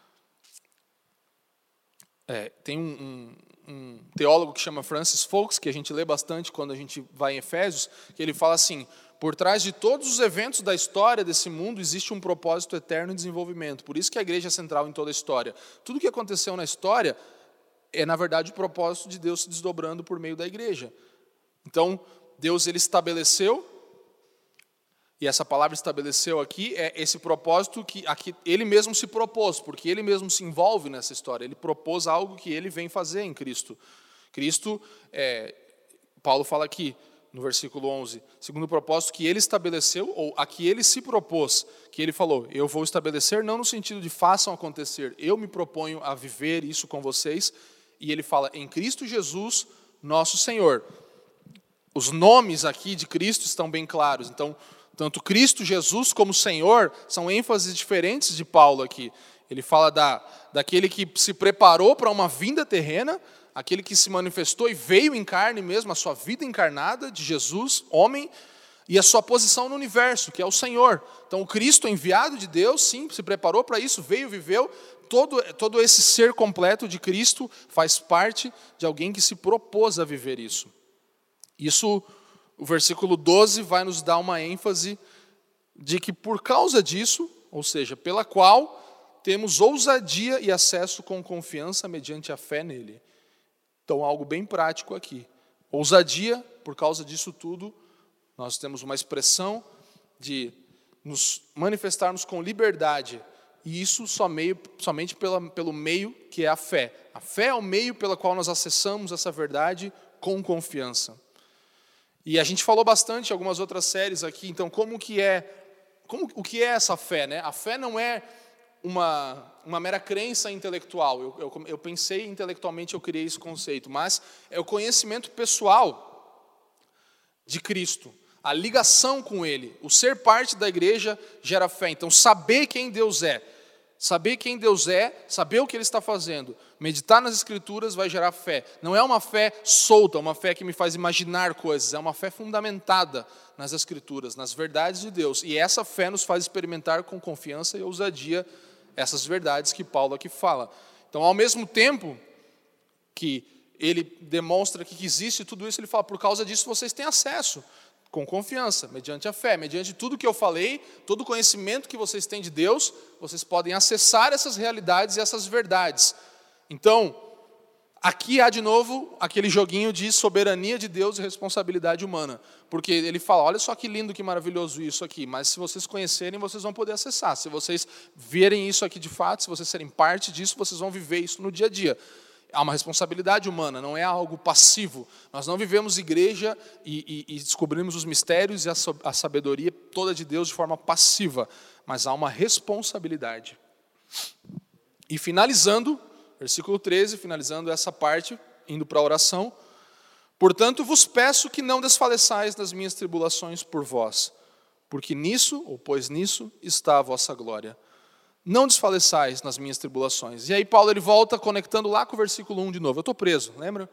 Tem um teólogo que chama Francis Fox, que a gente lê bastante quando a gente vai em Efésios, que ele fala assim: por trás de todos os eventos da história desse mundo existe um propósito eterno em desenvolvimento. Por isso que a igreja é central em toda a história. Tudo que aconteceu na história é, na verdade, o propósito de Deus se desdobrando por meio da igreja. Então, Deus ele estabeleceu, e essa palavra estabeleceu aqui, é esse propósito que aqui ele mesmo se propôs, porque ele mesmo se envolve nessa história. Ele propôs algo que ele vem fazer em Cristo. Cristo, Paulo fala aqui, no versículo 11, segundo o propósito que ele estabeleceu, ou a que ele se propôs, que ele falou, eu vou estabelecer, não no sentido de façam acontecer, eu me proponho a viver isso com vocês, e ele fala, em Cristo Jesus, nosso Senhor. Os nomes aqui de Cristo estão bem claros, então, tanto Cristo Jesus como Senhor, são ênfases diferentes de Paulo aqui. Ele fala daquele que se preparou para uma vinda terrena, aquele que se manifestou e veio em carne mesmo, a sua vida encarnada de Jesus, homem, e a sua posição no universo, que é o Senhor. Então, o Cristo enviado de Deus, sim, se preparou para isso, veio, viveu. Todo esse ser completo de Cristo faz parte de alguém que se propôs a viver isso. Isso, o versículo 12 vai nos dar uma ênfase de que por causa disso, ou seja, pela qual temos ousadia e acesso com confiança mediante a fé nele. Então, algo bem prático aqui. Ousadia, por causa disso tudo, nós temos uma expressão de nos manifestarmos com liberdade, e isso somente pelo meio que é a fé. A fé é o meio pelo qual nós acessamos essa verdade com confiança. E a gente falou bastante em algumas outras séries aqui, então o que é essa fé, né? A fé não é uma mera crença intelectual. Eu pensei intelectualmente, eu criei esse conceito, mas é o conhecimento pessoal de Cristo, a ligação com Ele, o ser parte da igreja gera fé. Então, saber quem Deus é, saber o que Ele está fazendo, meditar nas Escrituras vai gerar fé. Não é uma fé solta, uma fé que me faz imaginar coisas, é uma fé fundamentada nas Escrituras, nas verdades de Deus. E essa fé nos faz experimentar com confiança e ousadia essas verdades que Paulo aqui fala. Então, ao mesmo tempo que ele demonstra que existe tudo isso, ele fala, por causa disso vocês têm acesso, com confiança, mediante a fé, mediante tudo que eu falei, todo o conhecimento que vocês têm de Deus, vocês podem acessar essas realidades e essas verdades. Então, aqui há de novo aquele joguinho de soberania de Deus e responsabilidade humana, porque ele fala, olha só que lindo, que maravilhoso isso aqui, mas se vocês conhecerem, vocês vão poder acessar, se vocês verem isso aqui de fato, se vocês serem parte disso, vocês vão viver isso no dia a dia. Há uma responsabilidade humana, não é algo passivo. Nós não vivemos igreja e descobrimos os mistérios e a sabedoria toda de Deus de forma passiva, mas há uma responsabilidade. E finalizando, versículo 13, finalizando essa parte, indo para a oração, portanto vos peço que não desfaleçais nas minhas tribulações por vós, porque nisso, ou pois nisso, está a vossa glória. Não desfaleçais nas minhas tribulações. E aí Paulo ele volta conectando lá com o versículo 1 de novo. Eu estou preso, lembra?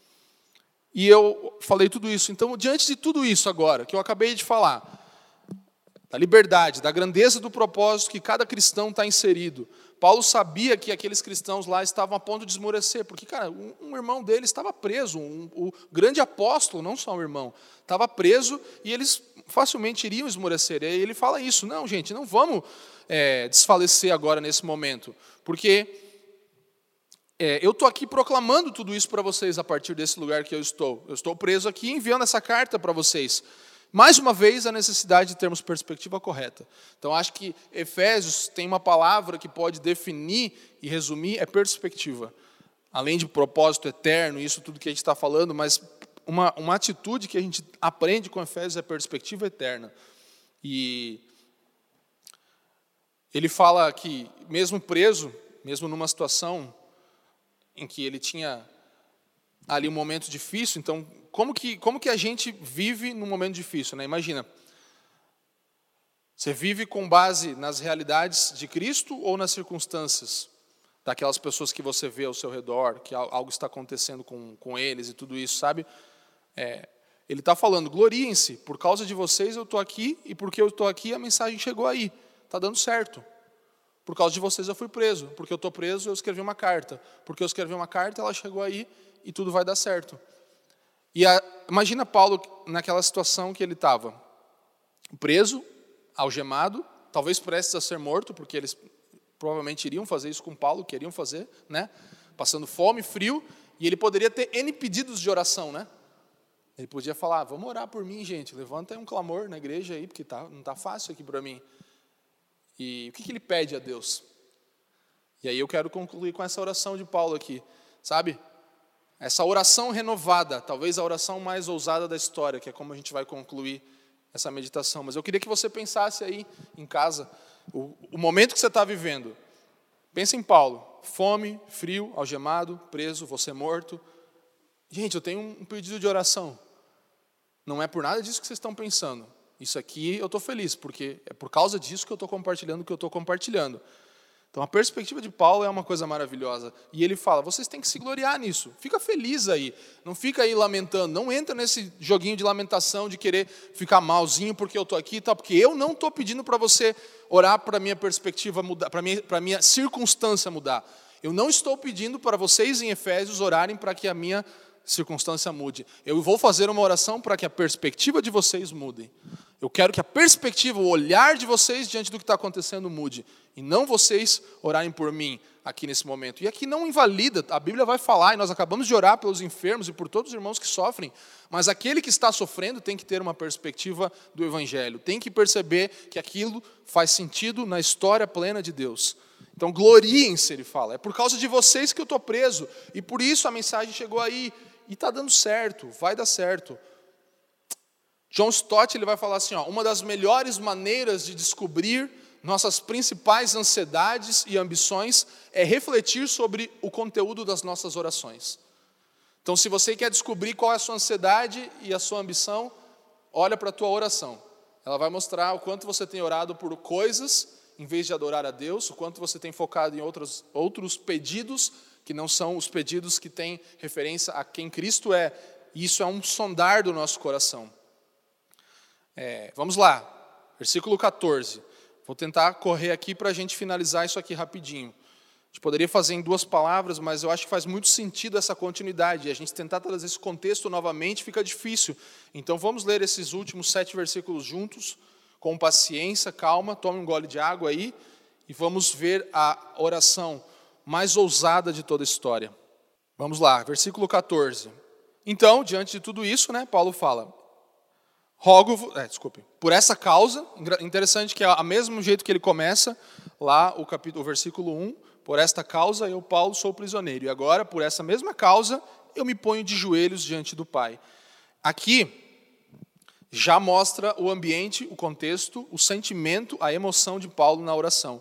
E eu falei tudo isso. Então, diante de tudo isso agora, que eu acabei de falar, da liberdade, da grandeza do propósito que cada cristão está inserido, Paulo sabia que aqueles cristãos lá estavam a ponto de esmorecer, porque, cara, um irmão dele estava preso, o grande apóstolo, não só um irmão, estava preso e eles facilmente iriam esmorecer. E aí ele fala isso, não, gente, não vamos desfalecer agora nesse momento, porque eu estou aqui proclamando tudo isso para vocês a partir desse lugar que eu estou preso aqui enviando essa carta para vocês. Mais uma vez, a necessidade de termos perspectiva correta. Então, acho que Efésios tem uma palavra que pode definir e resumir, é perspectiva. Além de propósito eterno, isso tudo que a gente está falando, mas uma atitude que a gente aprende com Efésios é perspectiva eterna. E ele fala que, mesmo preso, mesmo numa situação em que ele tinha ali um momento difícil, então, como que a gente vive num momento difícil, né? Imagina, Você vive com base nas realidades de Cristo ou nas circunstâncias daquelas pessoas que você vê ao seu redor, que algo está acontecendo com eles e tudo isso, sabe? Ele está falando, gloriem-se, por causa de vocês eu estou aqui, e porque eu estou aqui a mensagem chegou aí, está dando certo. Por causa de vocês eu fui preso, porque eu estou preso eu escrevi uma carta, porque eu escrevi uma carta ela chegou aí e tudo vai dar certo. E imagina Paulo naquela situação que ele estava, preso, algemado, talvez prestes a ser morto, porque eles provavelmente iriam fazer isso com Paulo, queriam fazer, né? Passando fome, frio, e ele poderia ter N pedidos de oração, né? Ele podia falar, vamos orar por mim, gente, levanta aí um clamor na igreja aí, porque não está fácil aqui para mim. E o que ele pede a Deus? E aí eu quero concluir com essa oração de Paulo aqui, sabe? Essa oração renovada, talvez a oração mais ousada da história, que é como a gente vai concluir essa meditação. Mas eu queria que você pensasse aí em casa, o momento que você está vivendo. Pensa em Paulo, fome, frio, algemado, preso, você morto. Gente, eu tenho um pedido de oração. Não é por nada disso que vocês estão pensando. Isso aqui eu estou feliz, porque é por causa disso que eu estou compartilhando o que eu estou compartilhando. Então a perspectiva de Paulo é uma coisa maravilhosa. E ele fala, vocês têm que se gloriar nisso. Fica feliz aí. Não fica aí lamentando. Não entra nesse joguinho de lamentação, de querer ficar malzinho porque eu estou aqui e tal. Porque eu não estou pedindo para você orar para a minha perspectiva mudar, para a minha circunstância mudar. Eu não estou pedindo para vocês em Efésios orarem para que a minha circunstância mude. Eu vou fazer uma oração para que a perspectiva de vocês mude. Eu quero que a perspectiva, o olhar de vocês diante do que está acontecendo mude. E não vocês orarem por mim aqui nesse momento. E aqui não invalida, a Bíblia vai falar, e nós acabamos de orar pelos enfermos e por todos os irmãos que sofrem, mas aquele que está sofrendo tem que ter uma perspectiva do Evangelho. Tem que perceber que aquilo faz sentido na história plena de Deus. Então gloriem-se, ele fala. É por causa de vocês que eu estou preso. E por isso a mensagem chegou aí. E está dando certo, vai dar certo. John Stott ele vai falar assim, uma das melhores maneiras de descobrir nossas principais ansiedades e ambições é refletir sobre o conteúdo das nossas orações. Então, se você quer descobrir qual é a sua ansiedade e a sua ambição, olha para a tua oração. Ela vai mostrar o quanto você tem orado por coisas, em vez de adorar a Deus, o quanto você tem focado em outros pedidos, que não são os pedidos que têm referência a quem Cristo é. E isso é um sondar do nosso coração. Vamos lá, versículo 14. Vou tentar correr aqui para a gente finalizar isso aqui rapidinho. A gente poderia fazer em 2 palavras, mas eu acho que faz muito sentido essa continuidade. E a gente tentar trazer esse contexto novamente fica difícil. Então vamos ler esses últimos 7 versículos juntos, com paciência, calma, tome um gole de água aí, e vamos ver a oração mais ousada de toda a história. Vamos lá, versículo 14. Então, diante de tudo isso, Paulo fala, por essa causa, interessante que é o mesmo jeito que ele começa, lá o versículo 1, por esta causa eu, Paulo, sou prisioneiro, e agora, por essa mesma causa, eu me ponho de joelhos diante do Pai. Aqui, já mostra o ambiente, o contexto, o sentimento, a emoção de Paulo na oração.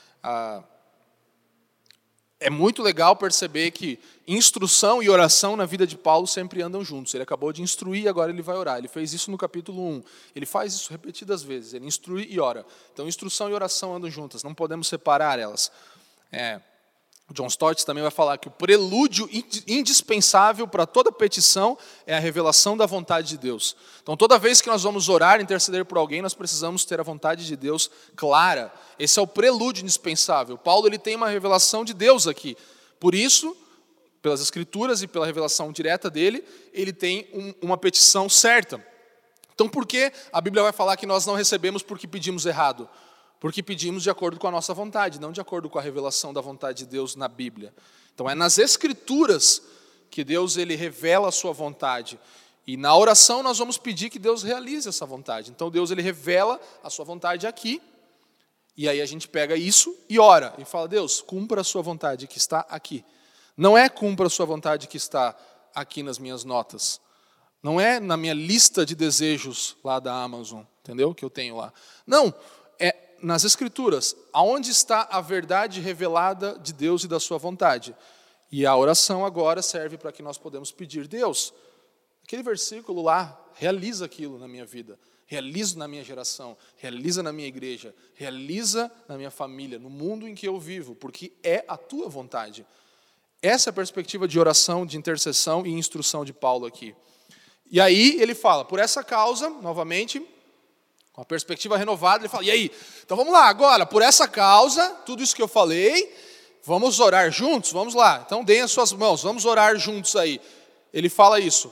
É muito legal perceber que instrução e oração na vida de Paulo sempre andam juntos. Ele acabou de instruir e agora ele vai orar. Ele fez isso no capítulo 1. Ele faz isso repetidas vezes. Ele instrui e ora. Então, instrução e oração andam juntas. Não podemos separar elas. John Stott também vai falar que o prelúdio indispensável para toda petição é a revelação da vontade de Deus. Então, toda vez que nós vamos orar, interceder por alguém, nós precisamos ter a vontade de Deus clara. Esse é o prelúdio indispensável. Paulo ele tem uma revelação de Deus aqui. Por isso, pelas Escrituras e pela revelação direta dele, ele tem uma petição certa. Então, por que a Bíblia vai falar que nós não recebemos porque pedimos errado? Porque pedimos de acordo com a nossa vontade, não de acordo com a revelação da vontade de Deus na Bíblia. Então é nas Escrituras que Deus ele revela a sua vontade. E na oração nós vamos pedir que Deus realize essa vontade. Então Deus ele revela a sua vontade aqui. E aí a gente pega isso e ora. E fala, Deus, cumpra a sua vontade que está aqui. Não é cumpra a sua vontade que está aqui nas minhas notas. Não é na minha lista de desejos lá da Amazon, entendeu? Que eu tenho lá. Não, é nas Escrituras, aonde está a verdade revelada de Deus e da sua vontade. E a oração agora serve para que nós podemos pedir, Deus, aquele versículo lá, realiza aquilo na minha vida. realiza na minha geração, realiza na minha igreja, realiza na minha família, no mundo em que eu vivo, porque é a tua vontade. Essa é a perspectiva de oração, de intercessão e instrução de Paulo aqui. E aí ele fala, por essa causa, novamente, com a perspectiva renovada, ele fala, e aí? Então vamos lá, agora, por essa causa, tudo isso que eu falei, vamos orar juntos? Vamos lá. Então deem as suas mãos, vamos orar juntos aí. Ele fala isso.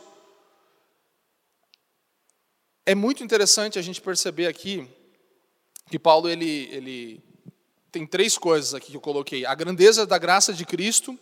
É muito interessante a gente perceber aqui que Paulo ele tem 3 coisas aqui que eu coloquei. A grandeza da graça de Cristo,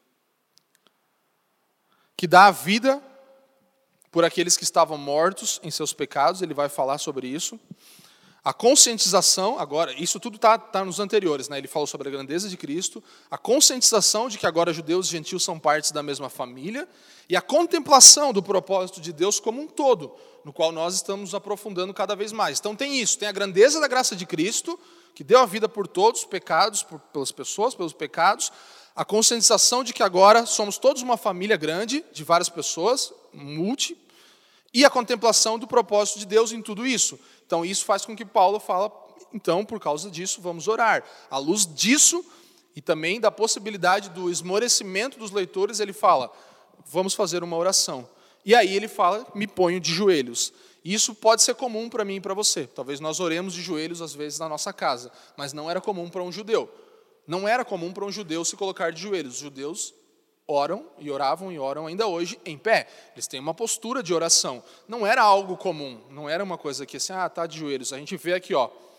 que dá a vida por aqueles que estavam mortos em seus pecados, ele vai falar sobre isso. A conscientização, agora, isso tudo está nos anteriores, né? Ele falou sobre a grandeza de Cristo, a conscientização de que agora judeus e gentios são partes da mesma família, e a contemplação do propósito de Deus como um todo, no qual nós estamos nos aprofundando cada vez mais. Então tem isso, tem a grandeza da graça de Cristo, que deu a vida por todos os pecados, pelas pessoas, pelos pecados, a conscientização de que agora somos todos uma família grande, de várias pessoas, e a contemplação do propósito de Deus em tudo isso. Então isso faz com que Paulo fala, então por causa disso vamos orar. À luz disso e também da possibilidade do esmorecimento dos leitores, ele fala, vamos fazer uma oração. E aí ele fala, me ponho de joelhos. E isso pode ser comum para mim e para você. Talvez nós oremos de joelhos às vezes na nossa casa, mas não era comum para um judeu. Não era comum para um judeu se colocar de joelhos. Os judeus oram e oravam e oram ainda hoje em pé. Eles têm uma postura de oração. Não era algo comum, não era uma coisa que assim, tá de joelhos. A gente vê aqui,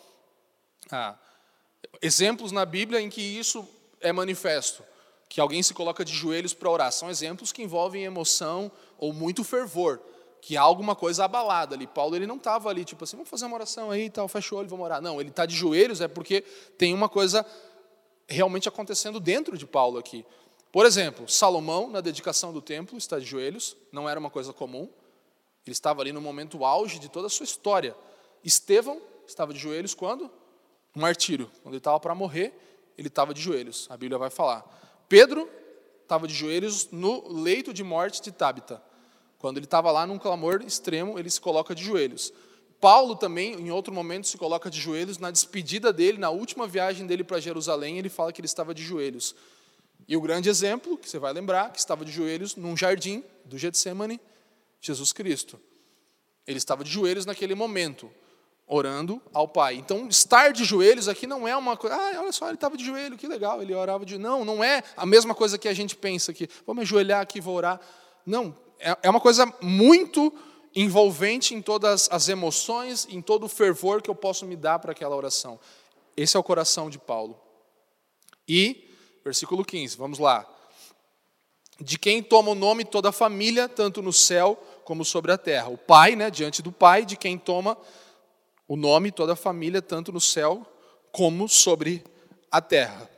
exemplos na Bíblia em que isso é manifesto, que alguém se coloca de joelhos para orar. São exemplos que envolvem emoção ou muito fervor, que há alguma coisa abalada ali. Paulo ele não estava ali, tipo assim, vamos fazer uma oração aí, tal, fecha o olho, vamos orar. Não, ele está de joelhos é porque tem uma coisa realmente acontecendo dentro de Paulo aqui. Por exemplo, Salomão, na dedicação do templo, está de joelhos, não era uma coisa comum. Ele estava ali no momento auge de toda a sua história. Estevão estava de joelhos quando? No martírio. Quando ele estava para morrer, ele estava de joelhos. A Bíblia vai falar. Pedro estava de joelhos no leito de morte de Tábita. Quando ele estava lá num clamor extremo, ele se coloca de joelhos. Paulo também, em outro momento, se coloca de joelhos. Na despedida dele, na última viagem dele para Jerusalém, ele fala que ele estava de joelhos. E o grande exemplo, que você vai lembrar, que estava de joelhos num jardim do Getsemane, Jesus Cristo. Ele estava de joelhos naquele momento, orando ao Pai. Então, estar de joelhos aqui não é uma coisa, olha só, ele estava de joelho, que legal, ele orava de... Não é a mesma coisa que a gente pensa aqui, vou me ajoelhar aqui, vou orar. Não, é uma coisa muito envolvente em todas as emoções, em todo o fervor que eu posso me dar para aquela oração. Esse é o coração de Paulo. E... versículo 15, vamos lá. De quem toma o nome toda a família, tanto no céu como sobre a terra. O Pai, diante do Pai, de quem toma o nome toda a família, tanto no céu como sobre a terra.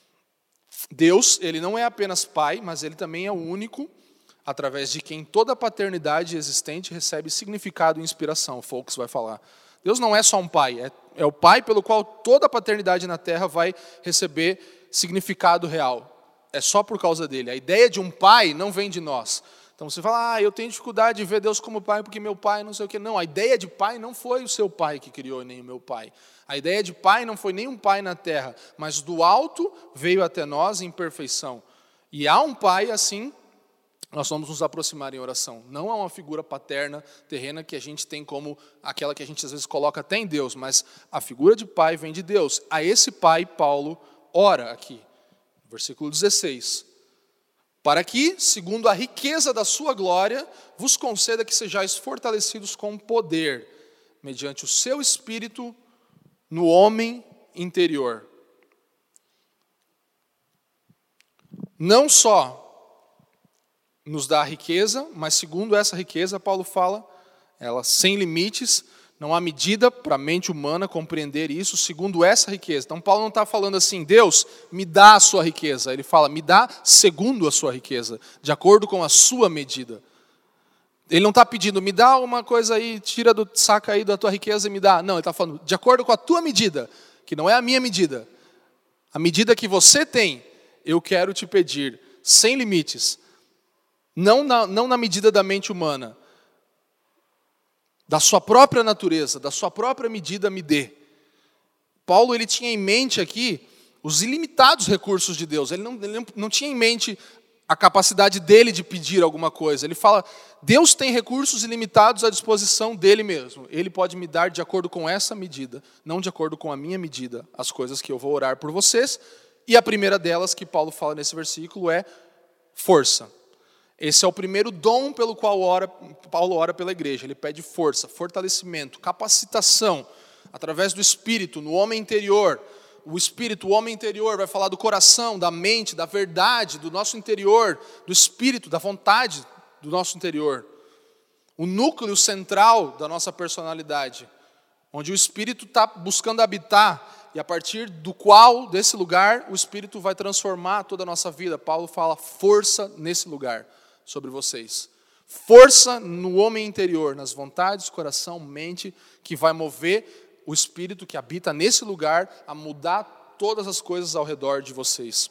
Deus, ele não é apenas Pai, mas ele também é o único, através de quem toda a paternidade existente recebe significado e inspiração. Foucault vai falar. Deus não é só um Pai, é o Pai pelo qual toda a paternidade na terra vai receber significado real. É só por causa dele. A ideia de um pai não vem de nós. Então você fala, eu tenho dificuldade de ver Deus como pai porque meu pai não sei o quê. Não, a ideia de pai não foi o seu pai que criou, nem o meu pai. A ideia de pai não foi nenhum pai na terra, mas do alto veio até nós em perfeição. E há um pai assim, nós vamos nos aproximar em oração. Não há uma figura paterna, terrena, que a gente tem como aquela que a gente às vezes coloca até em Deus, mas a figura de pai vem de Deus. A esse pai, Paulo ora aqui, versículo 16, para que, segundo a riqueza da sua glória, vos conceda que sejais fortalecidos com poder, mediante o seu Espírito, no homem interior. Não só nos dá a riqueza, mas segundo essa riqueza, Paulo fala, ela sem limites. Não há medida para a mente humana compreender isso segundo essa riqueza. Então, Paulo não está falando assim, Deus, me dá a sua riqueza. Ele fala, me dá segundo a sua riqueza, de acordo com a sua medida. Ele não está pedindo, me dá uma coisa aí, tira do saco aí da tua riqueza e me dá. Não, ele está falando, de acordo com a tua medida, que não é a minha medida. A medida que você tem, eu quero te pedir, sem limites. Não na medida da mente humana. da sua própria natureza, da sua própria medida me dê. Paulo ele tinha em mente aqui os ilimitados recursos de Deus. Ele não tinha em mente a capacidade dele de pedir alguma coisa. Ele fala, Deus tem recursos ilimitados à disposição dele mesmo. Ele pode me dar de acordo com essa medida, não de acordo com a minha medida, as coisas que eu vou orar por vocês. E a primeira delas que Paulo fala nesse versículo é força. Esse é o primeiro dom pelo qual Paulo ora pela igreja. Ele pede força, fortalecimento, capacitação, através do Espírito, no homem interior. O Espírito, o homem interior, vai falar do coração, da mente, da verdade, do nosso interior, do Espírito, da vontade do nosso interior. O núcleo central da nossa personalidade, onde o Espírito está buscando habitar, e a partir do qual, desse lugar, o Espírito vai transformar toda a nossa vida. Paulo fala força nesse lugar sobre vocês. Força no homem interior, nas vontades, coração, mente, que vai mover o Espírito que habita nesse lugar a mudar todas as coisas ao redor de vocês.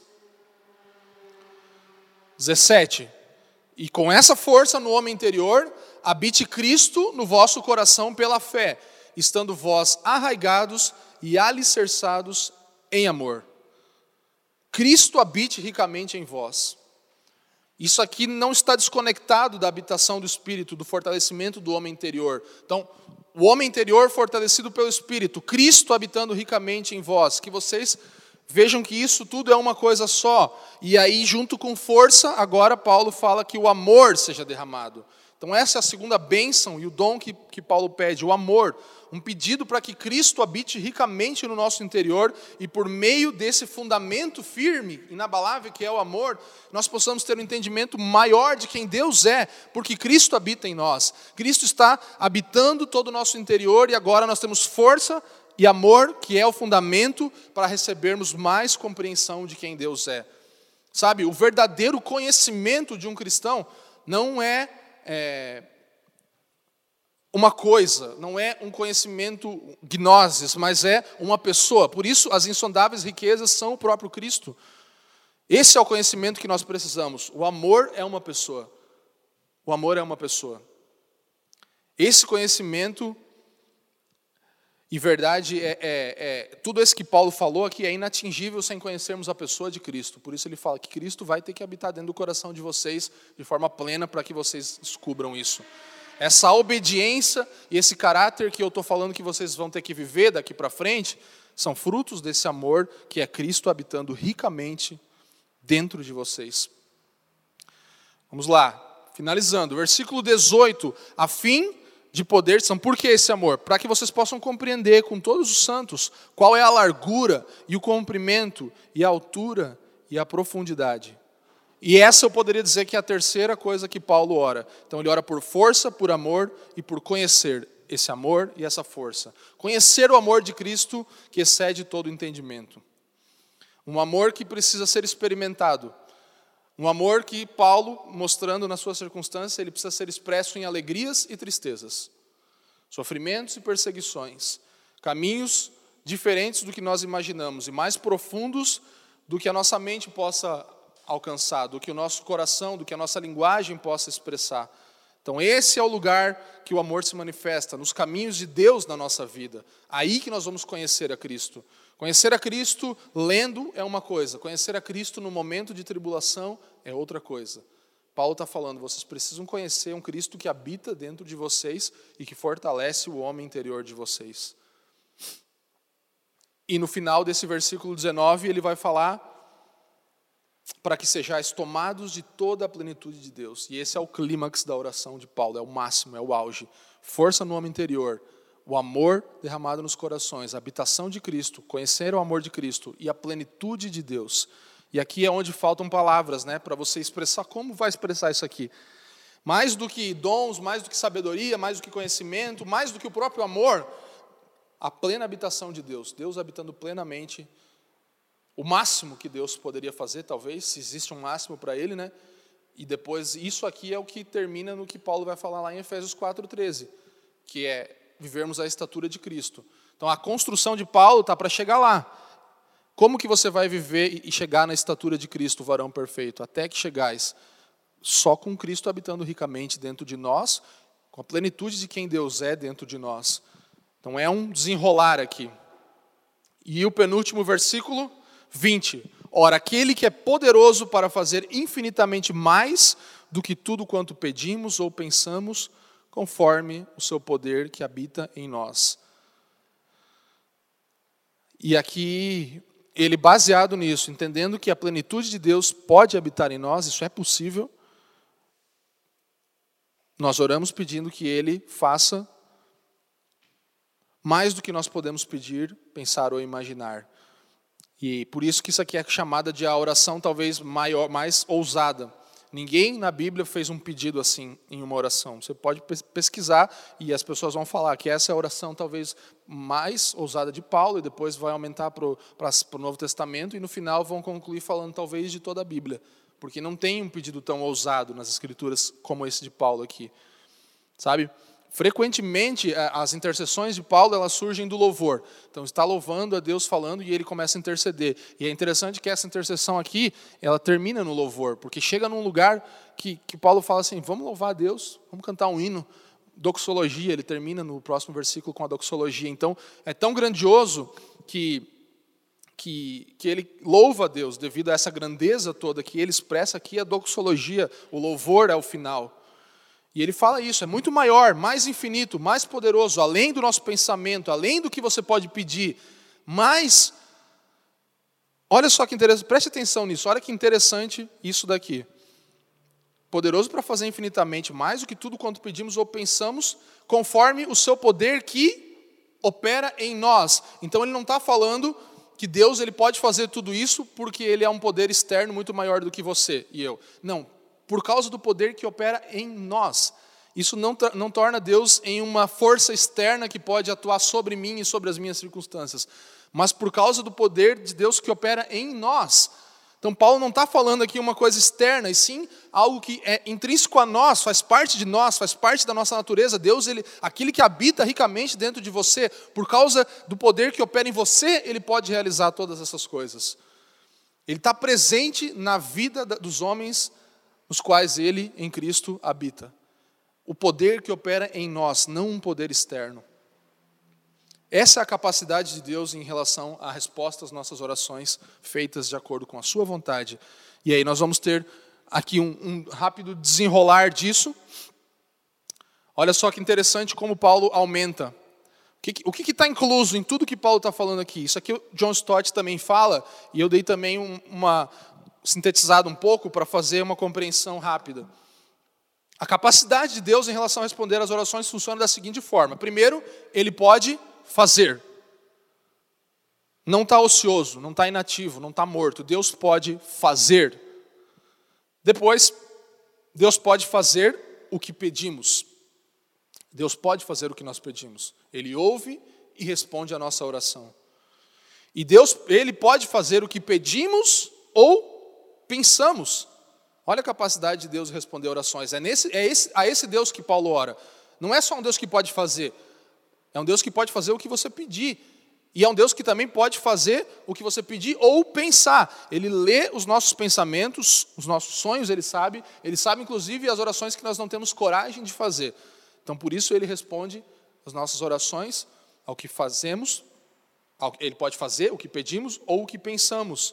17. E com essa força no homem interior, habite Cristo no vosso coração pela fé, estando vós arraigados e alicerçados em amor. Cristo habite ricamente em vós. Isso aqui não está desconectado da habitação do Espírito, do fortalecimento do homem interior. Então, o homem interior fortalecido pelo Espírito, Cristo habitando ricamente em vós. Que vocês vejam que isso tudo é uma coisa só. E aí, junto com força, agora Paulo fala que o amor seja derramado. Então essa é a segunda bênção e o dom que Paulo pede, o amor. Um pedido para que Cristo habite ricamente no nosso interior e por meio desse fundamento firme, inabalável que é o amor, nós possamos ter um entendimento maior de quem Deus é, porque Cristo habita em nós. Cristo está habitando todo o nosso interior e agora nós temos força e amor, que é o fundamento para recebermos mais compreensão de quem Deus é. Sabe, o verdadeiro conhecimento de um cristão não é uma coisa, não é um conhecimento gnosis, mas é uma pessoa. Por isso, as insondáveis riquezas são o próprio Cristo. Esse é o conhecimento que nós precisamos. O amor é uma pessoa. O amor é uma pessoa. Esse conhecimento e verdade tudo isso que Paulo falou aqui é inatingível sem conhecermos a pessoa de Cristo. Por isso ele fala que Cristo vai ter que habitar dentro do coração de vocês de forma plena para que vocês descubram isso. Essa obediência e esse caráter que eu estou falando que vocês vão ter que viver daqui para frente, são frutos desse amor que é Cristo habitando ricamente dentro de vocês. Vamos lá, finalizando. Versículo 18. A fim de poder, por que esse amor? Para que vocês possam compreender com todos os santos qual é a largura e o comprimento e a altura e a profundidade. E essa eu poderia dizer que é a terceira coisa que Paulo ora. Então ele ora por força, por amor e por conhecer esse amor e essa força. Conhecer o amor de Cristo que excede todo o entendimento. Um amor que precisa ser experimentado. Um amor que Paulo, mostrando na sua circunstância, ele precisa ser expresso em alegrias e tristezas. Sofrimentos e perseguições. Caminhos diferentes do que nós imaginamos e mais profundos do que a nossa mente possa alcançar, do que o nosso coração, do que a nossa linguagem possa expressar. Então esse é o lugar que o amor se manifesta, nos caminhos de Deus na nossa vida. Aí que nós vamos conhecer a Cristo. Conhecer a Cristo lendo é uma coisa, conhecer a Cristo no momento de tribulação é outra coisa. Paulo está falando, vocês precisam conhecer um Cristo que habita dentro de vocês e que fortalece o homem interior de vocês. E no final desse versículo 19 ele vai falar para que sejais tomados de toda a plenitude de Deus. E esse é o clímax da oração de Paulo, é o máximo, é o auge. Força no homem interior, o amor derramado nos corações, a habitação de Cristo, conhecer o amor de Cristo e a plenitude de Deus. E aqui é onde faltam palavras, para você expressar. Como vai expressar isso aqui? Mais do que dons, mais do que sabedoria, mais do que conhecimento, mais do que o próprio amor, a plena habitação de Deus. Deus habitando plenamente. O máximo que Deus poderia fazer, talvez, se existe um máximo para Ele, E depois, isso aqui é o que termina no que Paulo vai falar lá em Efésios 4:13, que é vivermos a estatura de Cristo. Então, a construção de Paulo está para chegar lá. Como que você vai viver e chegar na estatura de Cristo, o varão perfeito? Até que chegais, só com Cristo habitando ricamente dentro de nós, com a plenitude de quem Deus é dentro de nós. Então é um desenrolar aqui. E o penúltimo versículo, 20. Ora, aquele que é poderoso para fazer infinitamente mais do que tudo quanto pedimos ou pensamos, conforme o seu poder que habita em nós. E aqui, ele baseado nisso, entendendo que a plenitude de Deus pode habitar em nós, isso é possível, nós oramos pedindo que Ele faça mais do que nós podemos pedir, pensar ou imaginar. E por isso que isso aqui é chamada de a oração talvez maior, mais ousada. Ninguém na Bíblia fez um pedido assim em uma oração. Você pode pesquisar e as pessoas vão falar que essa é a oração talvez mais ousada de Paulo, e depois vai aumentar para o Novo Testamento, e no final vão concluir falando talvez de toda a Bíblia. Porque não tem um pedido tão ousado nas Escrituras como esse de Paulo aqui. Sabe? Frequentemente, as intercessões de Paulo, elas surgem do louvor. Então, está louvando a Deus, falando, e ele começa a interceder. E é interessante que essa intercessão aqui, ela termina no louvor, porque chega num lugar que Paulo fala assim, vamos louvar a Deus, vamos cantar um hino, doxologia, ele termina no próximo versículo com a doxologia. Então, é tão grandioso que ele louva a Deus devido a essa grandeza toda que ele expressa aqui, a doxologia, o louvor é o final. E ele fala isso, é muito maior, mais infinito, mais poderoso, além do nosso pensamento, além do que você pode pedir, mas, olha só que interessante, preste atenção nisso, olha que interessante isso daqui. Poderoso para fazer infinitamente mais do que tudo quanto pedimos ou pensamos, conforme o seu poder que opera em nós. Então ele não está falando que Deus ele pode fazer tudo isso porque ele é um poder externo muito maior do que você e eu. Não. Por causa do poder que opera em nós. Isso não torna Deus em uma força externa que pode atuar sobre mim e sobre as minhas circunstâncias, mas por causa do poder de Deus que opera em nós. Então Paulo não está falando aqui uma coisa externa, e sim algo que é intrínseco a nós, faz parte de nós, faz parte da nossa natureza. Deus, aquele que habita ricamente dentro de você, por causa do poder que opera em você, ele pode realizar todas essas coisas. Ele está presente na vida dos homens nos quais ele, em Cristo, habita. O poder que opera em nós, não um poder externo. Essa é a capacidade de Deus em relação à resposta às nossas orações feitas de acordo com a sua vontade. E aí nós vamos ter aqui um rápido desenrolar disso. Olha só que interessante como Paulo aumenta. O que está incluso em tudo que Paulo está falando aqui? Isso aqui o John Stott também fala, e eu dei também sintetizado um pouco para fazer uma compreensão rápida. A capacidade de Deus em relação a responder às orações funciona da seguinte forma. Primeiro, ele pode fazer. Não está ocioso, não está inativo, não está morto. Deus pode fazer. Depois, Deus pode fazer o que pedimos. Deus pode fazer o que nós pedimos. Ele ouve e responde a nossa oração. E Deus, ele pode fazer o que pedimos ou pensamos. Olha a capacidade de Deus responder orações. É a esse Deus que Paulo ora. Não é só um Deus que pode fazer. É um Deus que pode fazer o que você pedir. E é um Deus que também pode fazer o que você pedir ou pensar. Ele lê os nossos pensamentos, os nossos sonhos, ele sabe inclusive as orações que nós não temos coragem de fazer. Então por isso ele responde as nossas orações ao que fazemos. Ele pode fazer o que pedimos ou o que pensamos.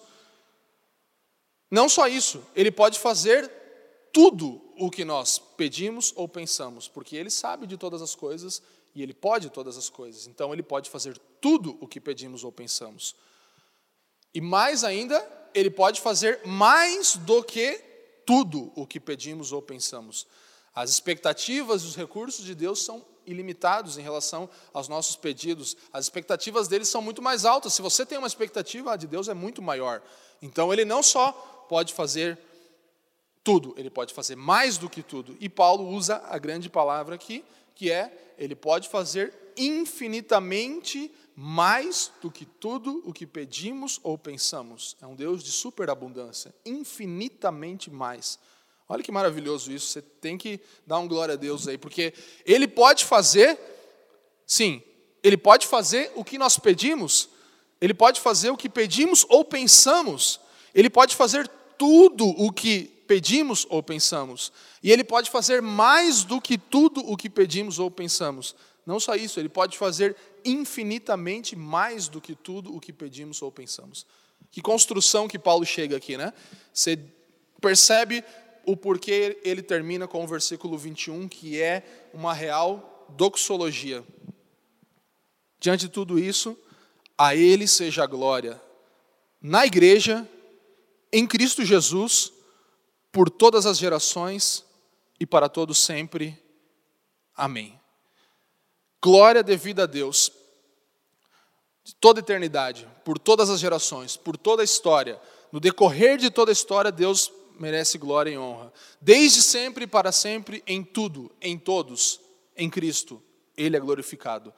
Não só isso, ele pode fazer tudo o que nós pedimos ou pensamos, porque ele sabe de todas as coisas e ele pode todas as coisas. Então ele pode fazer tudo o que pedimos ou pensamos. E mais ainda, ele pode fazer mais do que tudo o que pedimos ou pensamos. As expectativas e os recursos de Deus são ilimitados em relação aos nossos pedidos. As expectativas dele são muito mais altas. Se você tem uma expectativa, a de Deus é muito maior. Então ele não só pode fazer tudo, ele pode fazer mais do que tudo. E Paulo usa a grande palavra aqui, que é, ele pode fazer infinitamente mais do que tudo o que pedimos ou pensamos. É um Deus de superabundância, infinitamente mais. Olha que maravilhoso isso, você tem que dar um glória a Deus aí, porque ele pode fazer, sim, ele pode fazer o que nós pedimos, ele pode fazer o que pedimos ou pensamos, ele pode fazer tudo o que pedimos ou pensamos. E Ele pode fazer mais do que tudo o que pedimos ou pensamos. Não só isso, Ele pode fazer infinitamente mais do que tudo o que pedimos ou pensamos. Que construção que Paulo chega aqui, né? Você percebe o porquê ele termina com o versículo 21, que é uma real doxologia. Diante de tudo isso, a Ele seja a glória na igreja, em Cristo Jesus, por todas as gerações e para todos sempre. Amém. Glória devida a Deus, de toda a eternidade, por todas as gerações, por toda a história. No decorrer de toda a história, Deus merece glória e honra. Desde sempre e para sempre, em tudo, em todos, em Cristo, Ele é glorificado.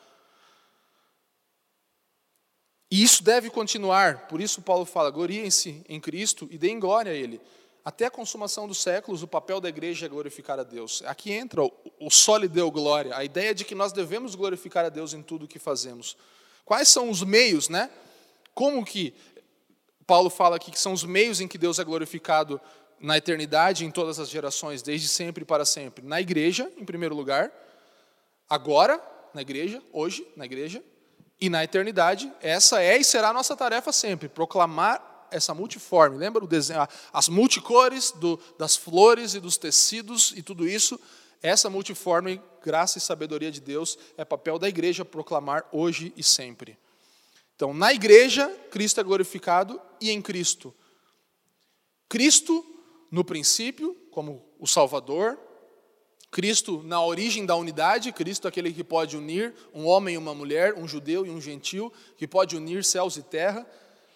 E isso deve continuar, por isso Paulo fala, gloriem-se em Cristo e deem glória a Ele. Até a consumação dos séculos, o papel da igreja é glorificar a Deus. Aqui entra o soli deo glória, a ideia de que nós devemos glorificar a Deus em tudo o que fazemos. Quais são os meios, né? Como que Paulo fala aqui que são os meios em que Deus é glorificado na eternidade, em todas as gerações, desde sempre e para sempre? Na igreja, em primeiro lugar, agora, na igreja, hoje, na igreja, e na eternidade. Essa é e será a nossa tarefa sempre, proclamar essa multiforme, lembra o desenho, as multicores das flores e dos tecidos e tudo isso, essa multiforme graça e sabedoria de Deus é papel da igreja proclamar hoje e sempre. Então, na igreja, Cristo é glorificado e em Cristo. Cristo, no princípio, como o Salvador, Cristo na origem da unidade, Cristo aquele que pode unir um homem e uma mulher, um judeu e um gentil, que pode unir céus e terra.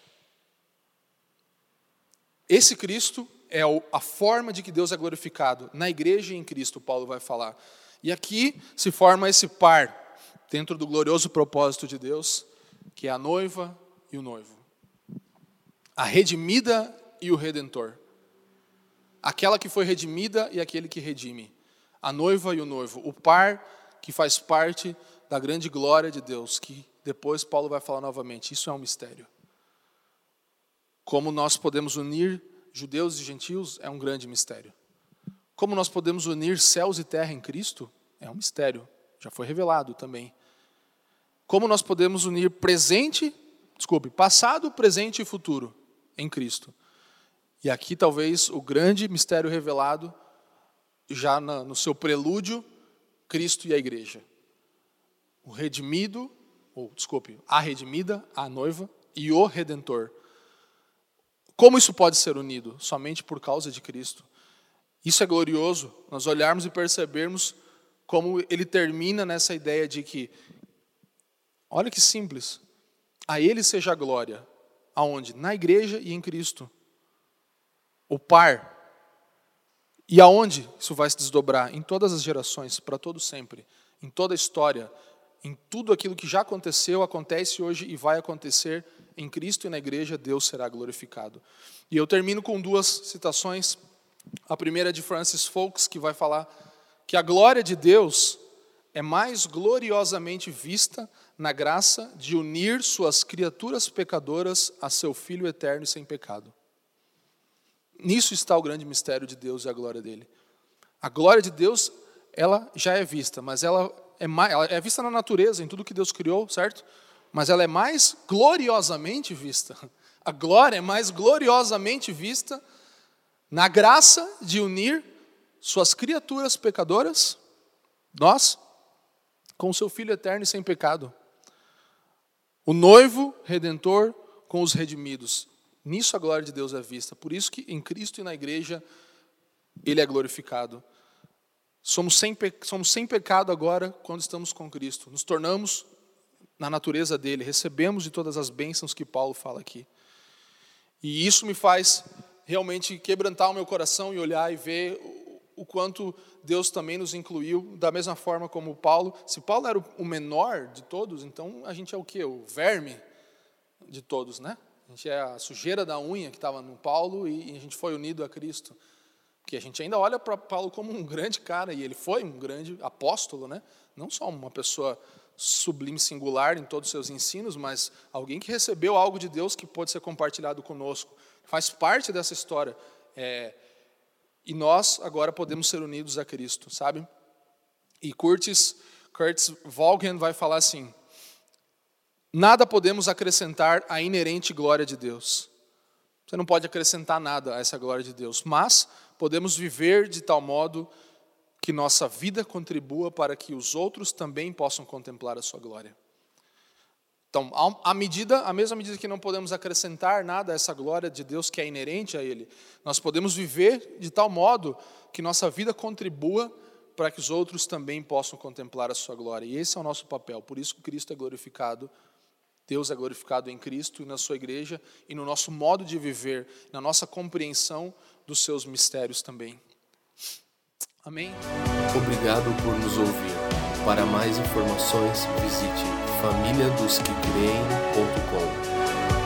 Esse Cristo é a forma de que Deus é glorificado. Na igreja e em Cristo, Paulo vai falar. E aqui se forma esse par, dentro do glorioso propósito de Deus, que é a noiva e o noivo. A redimida e o redentor. Aquela que foi redimida e aquele que redime. A noiva e o noivo. O par que faz parte da grande glória de Deus, que depois Paulo vai falar novamente. Isso é um mistério. Como nós podemos unir judeus e gentios é um grande mistério. Como nós podemos unir céus e terra em Cristo é um mistério. Já foi revelado também. Como nós podemos unir passado, presente e futuro em Cristo. E aqui talvez o grande mistério revelado, já no seu prelúdio, Cristo e a igreja. A redimida, a noiva e o redentor. Como isso pode ser unido? Somente por causa de Cristo. Isso é glorioso, nós olharmos e percebermos como ele termina nessa ideia de que, olha que simples, a Ele seja a glória. Aonde? Na igreja e em Cristo. O par. E aonde isso vai se desdobrar? Em todas as gerações, para todo sempre. Em toda a história. Em tudo aquilo que já aconteceu, acontece hoje e vai acontecer. Em Cristo e na igreja, Deus será glorificado. E eu termino com duas citações. A primeira é de Francis Foulkes, que vai falar que a glória de Deus é mais gloriosamente vista na graça de unir suas criaturas pecadoras a seu Filho eterno e sem pecado. Nisso está o grande mistério de Deus e a glória dele. A glória de Deus, ela já é vista, mas ela é vista na natureza, em tudo que Deus criou, certo? Mas ela é mais gloriosamente vista. A glória é mais gloriosamente vista na graça de unir suas criaturas pecadoras, nós, com o seu Filho eterno e sem pecado. O noivo redentor com os redimidos. Nisso a glória de Deus é vista. Por isso que em Cristo e na igreja Ele é glorificado. Somos sem pecado agora quando estamos com Cristo. Nos tornamos na natureza dele. Recebemos de todas as bênçãos que Paulo fala aqui. E isso me faz realmente quebrantar o meu coração e olhar e ver o quanto Deus também nos incluiu, da mesma forma como Paulo. Se Paulo era o menor de todos, então a gente é o quê? O verme de todos, né? A gente é a sujeira da unha que estava no Paulo e a gente foi unido a Cristo. Porque a gente ainda olha para Paulo como um grande cara, e ele foi um grande apóstolo, né? Não só uma pessoa sublime, singular em todos os seus ensinos, mas alguém que recebeu algo de Deus que pode ser compartilhado conosco. Faz parte dessa história. E nós agora podemos ser unidos a Cristo, sabe? E Curtis Vaughan vai falar assim: nada podemos acrescentar à inerente glória de Deus. Você não pode acrescentar nada a essa glória de Deus, mas podemos viver de tal modo que nossa vida contribua para que os outros também possam contemplar a sua glória. Então, a mesma medida que não podemos acrescentar nada a essa glória de Deus que é inerente a Ele, nós podemos viver de tal modo que nossa vida contribua para que os outros também possam contemplar a sua glória. E esse é o nosso papel. Por isso que Cristo é glorificado, Deus é glorificado em Cristo e na sua igreja e no nosso modo de viver, na nossa compreensão dos seus mistérios também. Amém? Obrigado por nos ouvir. Para mais informações, visite famíliadosquecreem.com.